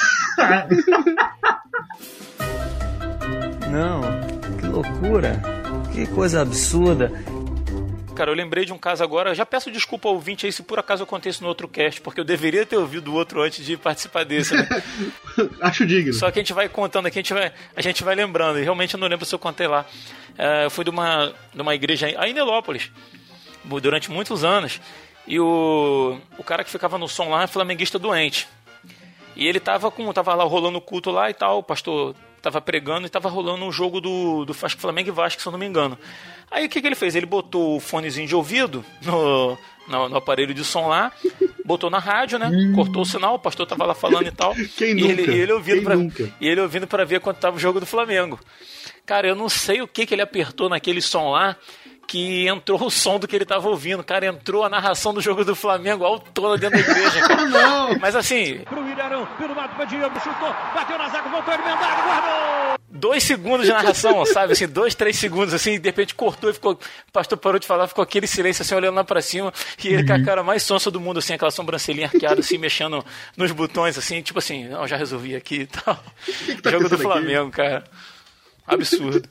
Não, que loucura. Que coisa absurda. Cara, eu lembrei de um caso agora. Eu já peço desculpa ao ouvinte aí se por acaso eu contei isso no outro cast, porque eu deveria ter ouvido o outro antes de participar desse, né? Acho digno. Só que a gente vai contando aqui, a gente vai, a gente vai lembrando. E realmente eu não lembro se eu contei lá. É, eu fui de uma, de uma igreja aí em Nilópolis, durante muitos anos. E o, o cara que ficava no som lá é flamenguista doente. E ele tava, com, tava lá rolando o culto lá e tal, o pastor tava pregando e tava rolando um jogo do, do Flamengo e Vasco, se eu não me engano. Aí o que, que ele fez? Ele botou o fonezinho de ouvido no, no, no aparelho de som lá, botou na rádio, né? Hum. Cortou o sinal, o pastor tava lá falando e tal. Quem e nunca? Ele, e, ele ouvindo Quem pra, nunca? e ele ouvindo pra ver quanto tava o jogo do Flamengo. Cara, eu não sei o que, que ele apertou naquele som lá, que entrou o som do que ele tava ouvindo. Cara, entrou a narração do jogo do Flamengo autona dentro da igreja, cara. Não! Mas assim... Pro Ilharão, pelo lado do Diego, chutou, bateu na zaga, voltou emendado, guardou! Dois segundos de narração, sabe? Assim, dois, três segundos, assim, de repente cortou e ficou... O pastor parou de falar, ficou aquele silêncio, assim, olhando lá pra cima. E ele uhum. com a cara mais sonsa do mundo, assim, aquela sobrancelhinha arqueada, assim, mexendo nos botões, assim, tipo assim, não, já resolvi aqui e tal. Que que tá jogo do Flamengo, aqui? Cara. Absurdo.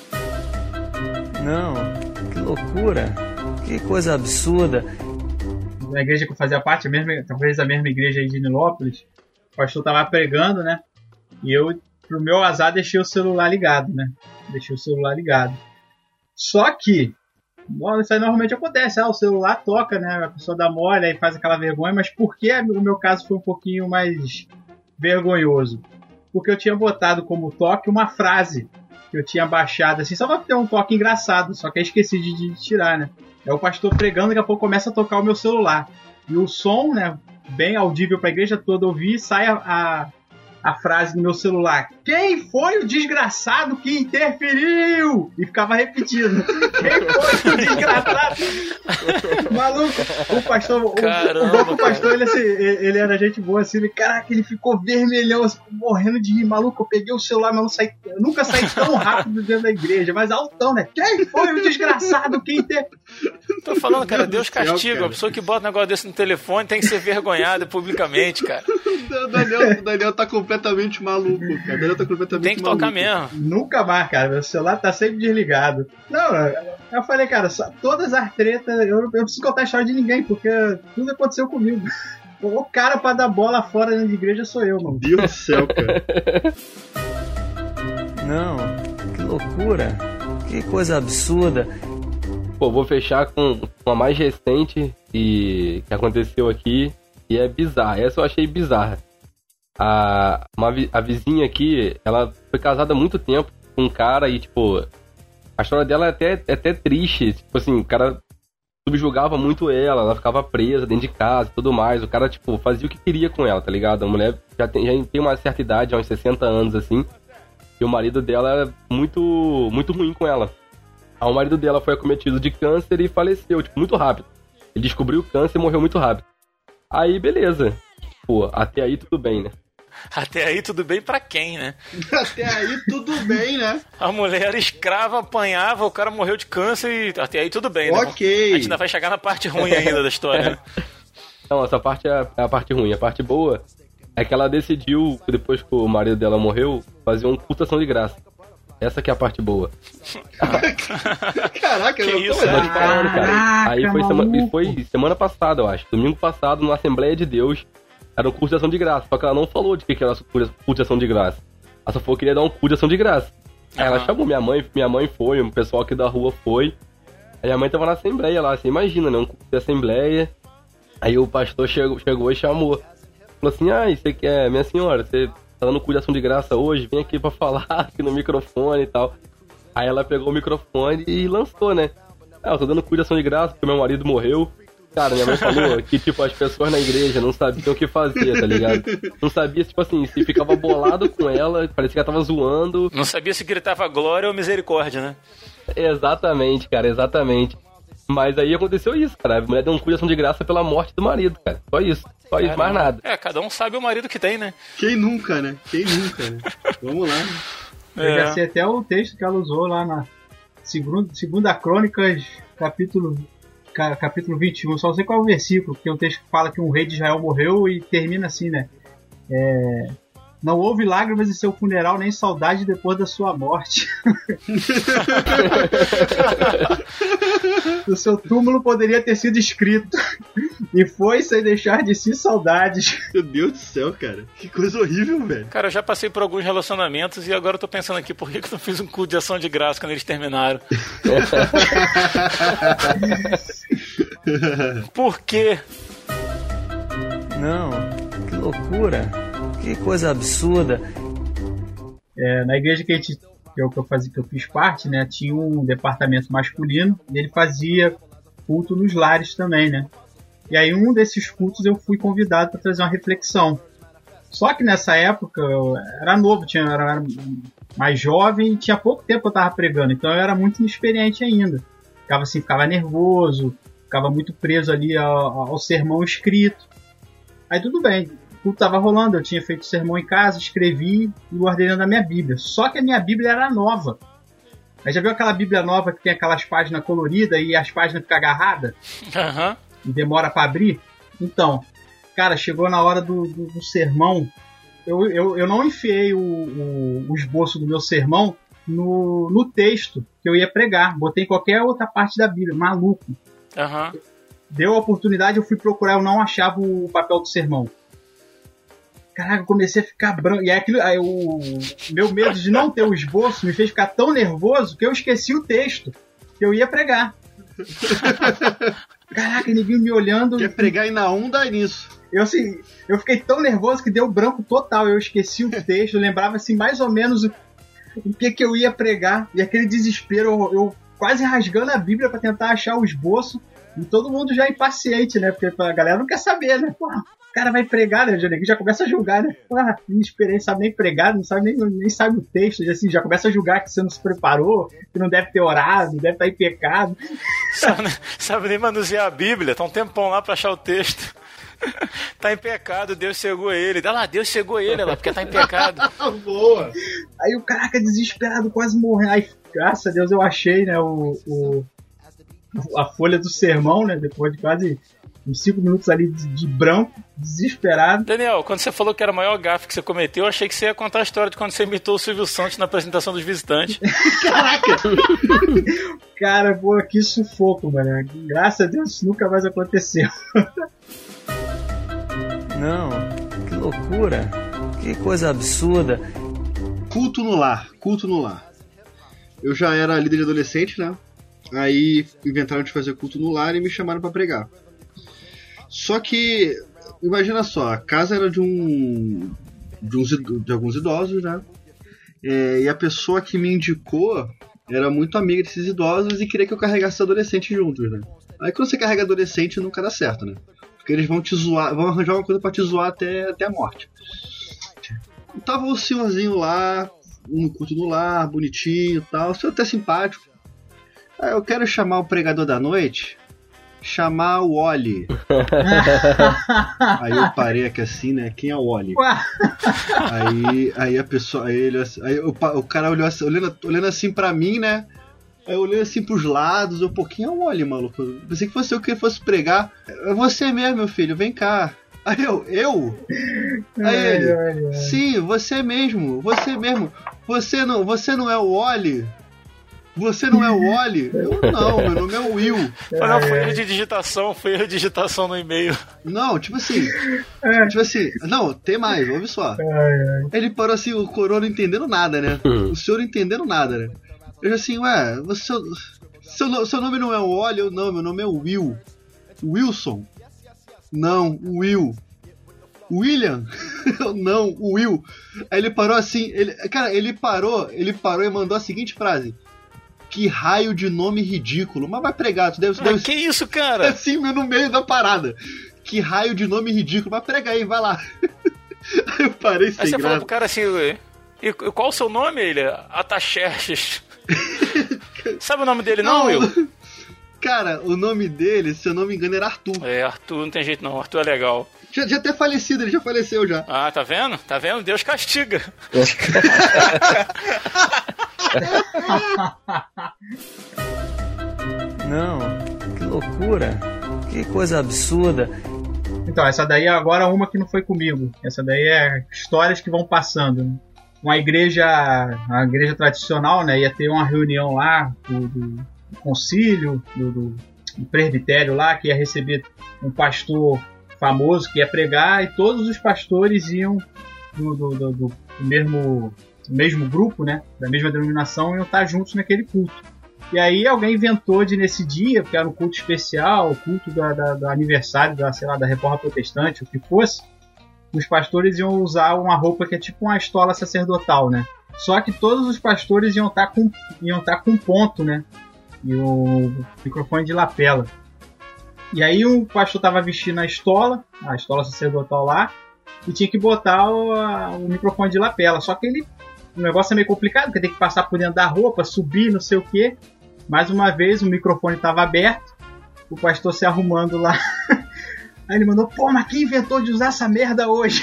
Não, que loucura. Que coisa absurda. Na igreja que eu fazia parte, a mesma, talvez a mesma igreja aí de Nilópolis, o pastor tava pregando, né? E eu, pro meu azar, deixei o celular ligado, né? Deixei o celular ligado. Só que, bom, isso aí normalmente acontece, ah, o celular toca, né? A pessoa dá mole e faz aquela vergonha, mas por que o meu caso foi um pouquinho mais vergonhoso? Porque eu tinha botado como toque uma frase que eu tinha baixado, assim, só pra ter um toque engraçado, só que eu esqueci de, de tirar, né? É o pastor pregando, daqui a pouco começa a tocar o meu celular. E o som, né, bem audível pra igreja toda ouvir, sai a, a, a frase no meu celular. Quem foi o desgraçado que interferiu? E ficava repetindo. Quem foi o desgraçado? Maluco, o pastor, Caramba, o, o bom pastor, ele, assim, ele era gente boa, assim, ele, caraca, ele ficou vermelhão, assim, morrendo de rir, maluco, eu peguei o celular, mas não saí, eu nunca saí tão rápido dentro da igreja, mas altão, né? Quem foi o desgraçado que interferiu? Tô falando, cara, Deus castiga, cara. A pessoa que bota um negócio desse no telefone tem que ser vergonhada publicamente, cara. O Daniel, o Daniel tá completamente completamente maluco, cara. Daniel tá completamente Tem que maluco. tocar mesmo. Nunca mais, cara. Meu celular tá sempre desligado. Não, eu falei, cara, só, todas as tretas, eu não preciso contar a história de ninguém, porque tudo aconteceu comigo. O cara pra dar bola fora dentro de igreja sou eu, mano. Deus do céu, cara. Não, que loucura. Que coisa absurda. Pô, vou fechar com uma mais recente e que aconteceu aqui e é bizarra. Essa eu achei bizarra. A, uma, a vizinha aqui, ela foi casada há muito tempo com um cara e, tipo, a história dela é até, é até triste. Tipo assim, o cara subjugava muito ela, ela ficava presa dentro de casa e tudo mais. O cara, tipo, fazia o que queria com ela, tá ligado? A mulher já tem, já tem uma certa idade, há uns sessenta anos, assim, e o marido dela era muito, muito ruim com ela. Aí o marido dela foi acometido de câncer e faleceu, tipo, muito rápido. Ele descobriu o câncer e morreu muito rápido. Aí, beleza. Pô, até aí tudo bem, né? Até aí tudo bem pra quem, né? Até aí tudo bem, né? A mulher era escrava, apanhava, o cara morreu de câncer e até aí tudo bem, né? Ok. A gente ainda vai chegar na parte ruim ainda da história, né? Não, essa parte é a, é a parte ruim. A parte boa é que ela decidiu, depois que o marido dela morreu, fazer uma cultação de graça. Essa que é a parte boa. Caraca, Que eu isso, tô né? Tô te falando, cara. Caraca, Aí foi, maluco. sema, foi semana passada, eu acho. Domingo passado, na Assembleia de Deus, era um curso de ação de graça. Só que ela não falou de que que era curso de ação de graça. Ela só falou que queria dar um curso de ação de graça. Aí ela Aham. chamou minha mãe, minha mãe foi, o pessoal aqui da rua foi. Aí a mãe tava na Assembleia lá, você imagina, né? Um curso de Assembleia. Aí o pastor chegou, chegou e chamou. Falou assim, ah, você quer, minha senhora, você tá dando curso de ação de graça hoje? Vem aqui pra falar aqui no microfone e tal. Aí ela pegou o microfone e lançou, né? Ah, eu tô dando curso de ação de graça porque meu marido morreu. Cara, minha mãe falou que, tipo, as pessoas na igreja não sabiam o que fazer, tá ligado? Não sabia, tipo assim, se ficava bolado com ela, parecia que ela tava zoando. Não sabia se gritava glória ou misericórdia, né? Exatamente, cara, exatamente. Mas aí aconteceu isso, cara. A mulher deu um curso de ação de graça pela morte do marido, cara. Só isso. Só isso, mais nada. É, cada um sabe o marido que tem, né? Quem nunca, né? Quem nunca, né? Vamos lá. Eu É. já sei até o texto que ela usou lá na segunda, segunda Crônicas, capítulo, ca- capítulo vinte e um. Só não sei qual é o versículo, porque é um texto que fala que um rei de Israel morreu e termina assim, né? É, não houve lágrimas em seu funeral, nem saudade depois da sua morte. O seu túmulo poderia ter sido escrito. E foi sem deixar de si saudades. Meu Deus do céu, cara. Que coisa horrível, velho. Cara, eu já passei por alguns relacionamentos e agora eu tô pensando aqui, por que que eu não fiz um curso de ação de graça quando eles terminaram? Por quê? Não, que loucura. Que coisa absurda. É, na igreja que, a gente, que, eu, que, eu fazia, que eu fiz parte, né, tinha um departamento masculino e ele fazia culto nos lares também, né? E aí um desses cultos eu fui convidado para trazer uma reflexão. Só que nessa época eu era novo, tinha, eu era mais jovem e tinha pouco tempo que eu estava pregando, então eu era muito inexperiente ainda. Ficava assim, ficava nervoso, ficava muito preso ali ao, ao sermão escrito. Aí tudo bem, o culto estava rolando, eu tinha feito sermão em casa, escrevi e guardei dentro da minha Bíblia. Só que a minha Bíblia era nova. Aí já viu aquela Bíblia nova que tem aquelas páginas coloridas e as páginas ficam agarradas? Aham. E demora para abrir? Então, cara, chegou na hora do, do, do sermão, eu, eu, eu não enfiei o, o, o esboço do meu sermão no, no texto que eu ia pregar. Botei em qualquer outra parte da Bíblia, maluco. Aham. Deu a oportunidade, eu fui procurar, eu não achava o papel do sermão. Caraca, eu comecei a ficar branco. E aí, aquilo, aí o meu medo de não ter o esboço me fez ficar tão nervoso que eu esqueci o texto que eu ia pregar. Caraca, ninguém me olhando. Quer pregar e na onda é nisso. Eu, assim, eu fiquei tão nervoso que deu branco total. Eu esqueci o texto, eu lembrava assim, mais ou menos o, o que, que eu ia pregar. E aquele desespero, eu, eu quase rasgando a Bíblia para tentar achar o esboço. E todo mundo já impaciente, né? Porque a galera não quer saber, né? Pô, o cara vai pregar, né? Já começa a julgar, né? Pô, inexperiente, sabe nem pregar, não sabe nem, nem sabe o texto. Já, assim, já começa a julgar que você não se preparou, que não deve ter orado, deve estar em pecado. Sabe, sabe nem manusear a Bíblia, tá um tempão lá pra achar o texto. Tá em pecado, Deus cegou ele. Dá lá, Deus cegou ele lá, porque tá em pecado. Boa! Aí o caraca desesperado, quase morrendo. Aí, graças a Deus, eu achei, né, o, o, a folha do sermão, né, depois de quase uns cinco minutos ali de, de branco, desesperado. Daniel, quando você falou que era a maior gafe que você cometeu, eu achei que você ia contar a história de quando você imitou o Silvio Santos na apresentação dos visitantes. Caraca! Cara, pô, que sufoco, mano. Graças a Deus isso nunca mais aconteceu. Não, que loucura. Que coisa absurda. Culto no lar, culto no lar. Eu já era líder de adolescente, né? Aí inventaram de fazer culto no lar e me chamaram pra pregar. Só que, imagina só, a casa era de um de, uns, de alguns idosos, né? É, e a pessoa que me indicou era muito amiga desses idosos e queria que eu carregasse adolescentes juntos, né? Aí quando você carrega adolescente nunca dá certo, né? Porque eles vão te zoar, vão arranjar uma coisa pra te zoar até, até a morte. Tava o senhorzinho lá, um culto no lar, bonitinho e tal, o senhor até simpático. Aí eu quero chamar o pregador da noite, chamar o Oli. Aí eu parei aqui assim, né? Quem é o Oli? Aí, aí a pessoa, aí, ele, aí o, o cara olhou assim, olhando, olhando assim pra mim, né? Aí eu olhei assim pros lados, eu, pô, quem é o Oli, maluco? Eu pensei que fosse eu que fosse pregar. É você mesmo, meu filho, vem cá. Aí eu, eu? Aí ele, sim, você mesmo, você mesmo. Você não, você não é o Oli? Você não é o Oli? Eu não, meu nome é o Will. Mas não, foi erro de digitação, foi erro de digitação no e-mail. Não, tipo assim, tipo assim, não, tem mais, ouve só. Ele parou assim, o coroa não entendendo nada, né? O senhor não entendendo nada, né? Eu assim, ué, você, seu, seu nome não é o Oli? Eu não, meu nome é Will. Wilson? Não, Will. William? Eu não, Will. Aí ele parou assim, ele, cara, ele parou, ele parou e mandou a seguinte frase: que raio de nome ridículo. Mas vai pregar, tu deve... Ah, deve... que isso, cara? Assim, no meio da parada. Que raio de nome ridículo. Vai pregar aí, vai lá. Aí eu parei sem graça. Aí você graça. falou pro cara assim, e qual o seu nome? Ele, Ataxerxes. Sabe o nome dele não, não, Will? Cara, o nome dele, se eu não me engano, era Arthur. É, Arthur, não tem jeito não, Arthur é legal. Já, já até falecido, ele já faleceu já. Ah, tá vendo? Tá vendo? Deus castiga. Não, que loucura. Que coisa absurda. Então, essa daí é agora uma que não foi comigo. Essa daí é histórias que vão passando, né? Uma igreja, uma igreja tradicional, né? Ia ter uma reunião lá do, do, do concílio, do, do, do presbitério lá, que ia receber um pastor famoso que ia pregar, e todos os pastores iam do, do, do, do mesmo, do mesmo grupo, né? Da mesma denominação, iam estar juntos naquele culto. E aí alguém inventou de nesse dia, porque era um culto especial, o culto da, da, do aniversário da, sei lá, da Reforma Protestante, o que fosse, os pastores iam usar uma roupa que é tipo uma estola sacerdotal, né? Só que todos os pastores iam estar com, iam estar com ponto, né? E o microfone de lapela. E aí o pastor estava vestindo a estola, a estola sacerdotal lá, e tinha que botar o, a, o microfone de lapela. Só que ele, o negócio é meio complicado, porque tem que passar por dentro da roupa, subir, não sei o quê. Mais uma vez o microfone estava aberto, o pastor se arrumando lá. Aí ele mandou, pô, mas quem inventou de usar essa merda hoje?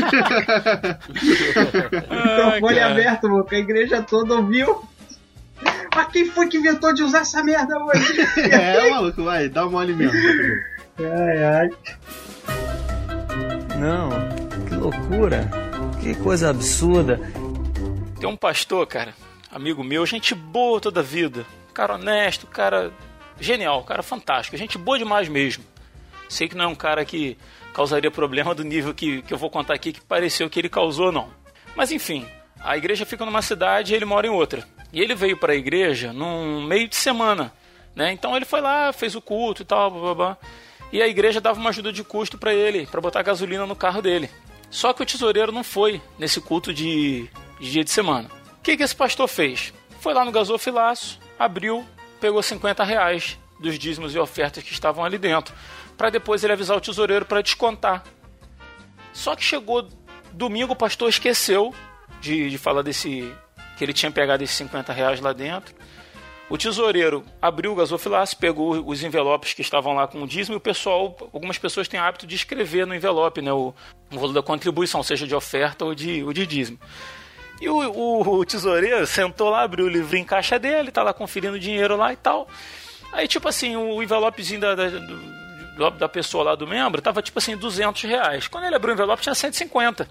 O microfone ah, aberto, mano, a igreja toda ouviu. Mas quem foi que inventou de usar essa merda hoje? É, maluco, vai, dá mole mesmo. Ai, ai. Não, que loucura. Que coisa absurda. Tem um pastor, cara, amigo meu, gente boa toda a vida. Cara honesto, cara genial, cara fantástico. Gente boa demais mesmo. Sei que não é um cara que causaria problema do nível que, que eu vou contar aqui, que pareceu que ele causou, não. Mas enfim, a igreja fica numa cidade e ele mora em outra. E ele veio para a igreja num meio de semana, né? Então ele foi lá, fez o culto e tal, blá, blá, blá. E a igreja dava uma ajuda de custo para ele, para botar gasolina no carro dele. Só que o tesoureiro não foi nesse culto de, de dia de semana. O que, que esse pastor fez? Foi lá no gasofilaço, abriu, pegou cinquenta reais dos dízimos e ofertas que estavam ali dentro, para depois ele avisar o tesoureiro para descontar. Só que chegou domingo, o pastor esqueceu de, de falar desse, que ele tinha pegado esses cinquenta reais lá dentro. O tesoureiro abriu o gasofilaço, pegou os envelopes que estavam lá com o dízimo, e o pessoal, algumas pessoas têm hábito de escrever no envelope, né, o, o valor da contribuição, seja de oferta ou de, ou de dízimo. E o, o, o tesoureiro sentou lá, abriu o livro em caixa dele, tá lá conferindo o dinheiro lá e tal. Aí, tipo assim, o envelopezinho da, da, do, envelope da pessoa lá do membro tava tipo assim, duzentos reais. Quando ele abriu o envelope tinha cento e cinquenta.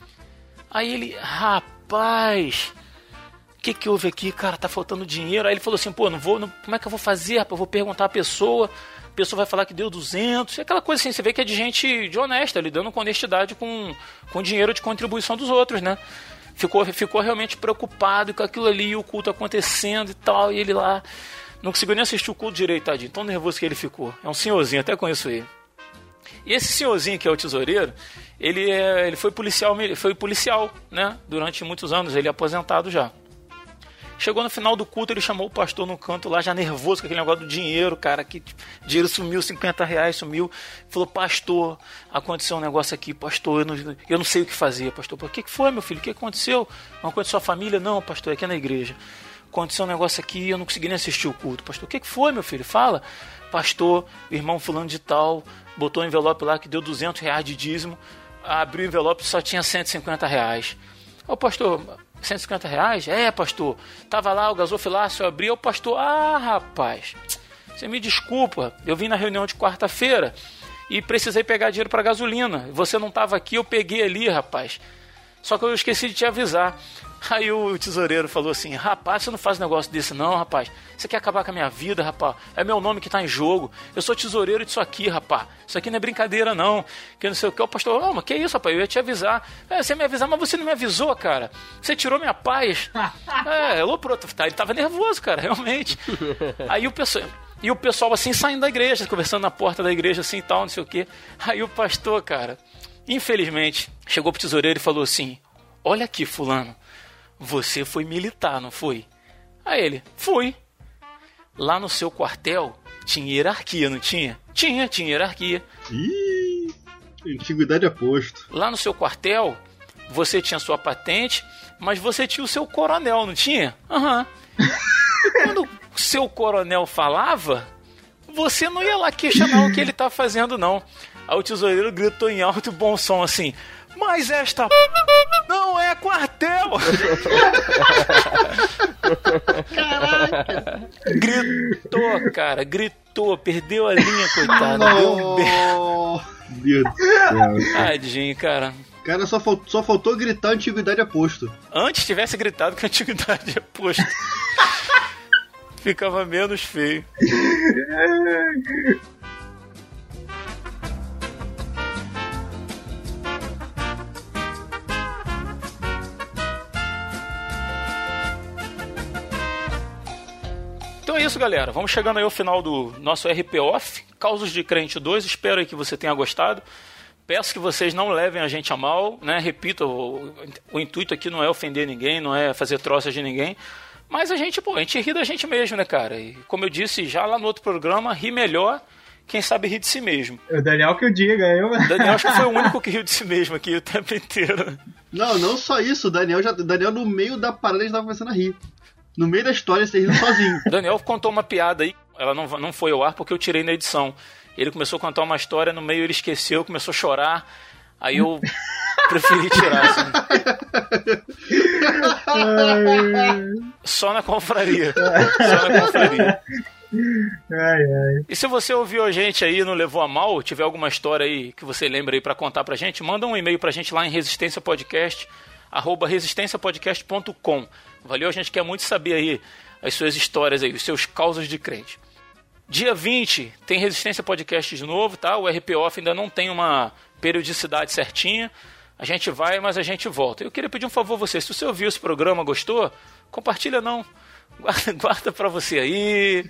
Aí ele, rapaz, o que que houve aqui, cara, tá faltando dinheiro. Aí ele falou assim, pô, não vou, não, como é que eu vou fazer, rapaz? Eu vou perguntar a pessoa, a pessoa vai falar que deu duzentos, aquela coisa assim, você vê que é de gente de honesta, lidando com honestidade com, com dinheiro de contribuição dos outros, né? Ficou, ficou realmente preocupado com aquilo ali, o culto acontecendo e tal, e ele lá não conseguiu nem assistir o culto direito, tadinho, tão nervoso que ele ficou. É um senhorzinho, até conheço ele. E esse senhorzinho que é o tesoureiro, ele, é, ele foi policial, foi policial, né? Durante muitos anos, ele é aposentado já. Chegou no final do culto, ele chamou o pastor no canto lá, já nervoso com aquele negócio do dinheiro, cara, que dinheiro sumiu, cinquenta reais sumiu. Falou, pastor, aconteceu um negócio aqui, pastor, eu não, eu não sei o que fazer, pastor. O que foi, meu filho? O que aconteceu? Uma coisa da sua família? Não, pastor, é aqui na igreja. Aconteceu um negócio aqui, eu não consegui nem assistir o culto. Pastor, o que foi, meu filho? Fala. Pastor, o irmão fulano de tal, botou um envelope lá que deu duzentos reais de dízimo, abriu o envelope e só tinha cento e cinquenta reais. Ô, pastor, cento e cinquenta reais? É, pastor. Tava lá o gasofilácio, eu abri, o pastor, ah, rapaz, você me desculpa, eu vim na reunião de quarta-feira e precisei pegar dinheiro para gasolina. Você não tava aqui, eu peguei ali, rapaz. Só que eu esqueci de te avisar. Aí o tesoureiro falou assim, rapaz, você não faz negócio desse não, rapaz. Você quer acabar com a minha vida, rapaz? É meu nome que tá em jogo. Eu sou tesoureiro disso aqui, rapaz. Isso aqui não é brincadeira, não. Que não sei o que. O pastor, não, mas que isso, rapaz? Eu ia te avisar. É, você me avisar, mas você não me avisou, cara. Você tirou minha paz. É, aloprou. Ele tava nervoso, cara, realmente. Aí o pessoal... E o pessoal assim, saindo da igreja, conversando na porta da igreja assim e tal, não sei o que. Aí o pastor, cara, infelizmente, chegou pro tesoureiro e falou assim, olha aqui, fulano. Você foi militar, não foi? Aí ele, fui. Lá no seu quartel tinha hierarquia, não tinha? Tinha, tinha hierarquia. Ih, antiguidade a posto. Lá no seu quartel, você tinha sua patente, mas você tinha o seu coronel, não tinha? Aham. Uhum. E quando o seu coronel falava, você não ia lá questionar o que ele tá fazendo, não. Aí o tesoureiro gritou em alto e bom som assim, mas esta p... não é quartel! Caraca! Gritou, cara, gritou, perdeu a linha, coitado. Deu um berro. Meu Deus do céu. Tadinho, cara. Cara, só, fal- só faltou gritar antiguidade a posto. Antes tivesse gritado que a antiguidade é posto. Ficava menos feio. Então é isso, galera. Vamos chegando aí ao final do nosso R P Off, Causos de Crente dois. Espero aí que você tenha gostado. Peço que vocês não levem a gente a mal, né? Repito, o, o intuito aqui não é ofender ninguém, não é fazer troças de ninguém. Mas a gente, pô, a gente ri da gente mesmo, né, cara? E como eu disse já lá no outro programa, ri melhor quem sabe rir de si mesmo. O Daniel que o diga, eu... O Daniel acho que foi o único que riu de si mesmo aqui o tempo inteiro. Não, não só isso. O Daniel, já, Daniel no meio da parada, já tava começando a rir. No meio da história, você rindo sozinho. O Daniel contou uma piada aí, ela não, não foi ao ar porque eu tirei na edição. Ele começou a contar uma história, no meio ele esqueceu, começou a chorar, aí eu preferi tirar, assim. Só na confraria. Só na confraria. Ai, ai. E se você ouviu a gente aí e não levou a mal, tiver alguma história aí que você lembra aí pra contar pra gente, manda um e-mail pra gente lá em resistência podcast arroba resistência podcast ponto com. Valeu, a gente quer muito saber aí as suas histórias aí, os seus causos de crente. Dia vinte tem Resistência Podcast de novo, tá? O R P Off ainda não tem uma periodicidade certinha. A gente vai, mas a gente volta. Eu queria pedir um favor a você, se você ouviu esse programa, gostou, compartilha não. Guarda, guarda pra você aí.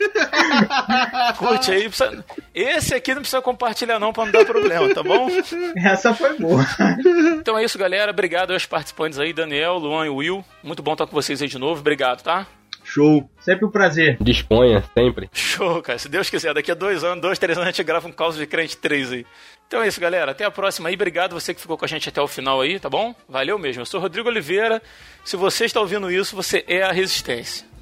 Curte aí. Precisa... Esse aqui não precisa compartilhar não pra não dar problema, tá bom? Essa foi boa. Então é isso, galera. Obrigado aos participantes aí, Daniel, Luan e Will. Muito bom estar com vocês aí de novo. Obrigado, tá? Show. Sempre um prazer. Disponha, sempre. Show, cara. Se Deus quiser, daqui a dois anos, dois, três anos, a gente grava um Causa de Crente três aí. Então é isso, galera. Até a próxima aí. Obrigado você que ficou com a gente até o final aí, tá bom? Valeu mesmo. Eu sou Rodrigo Oliveira. Se você está ouvindo isso, você é a Resistência.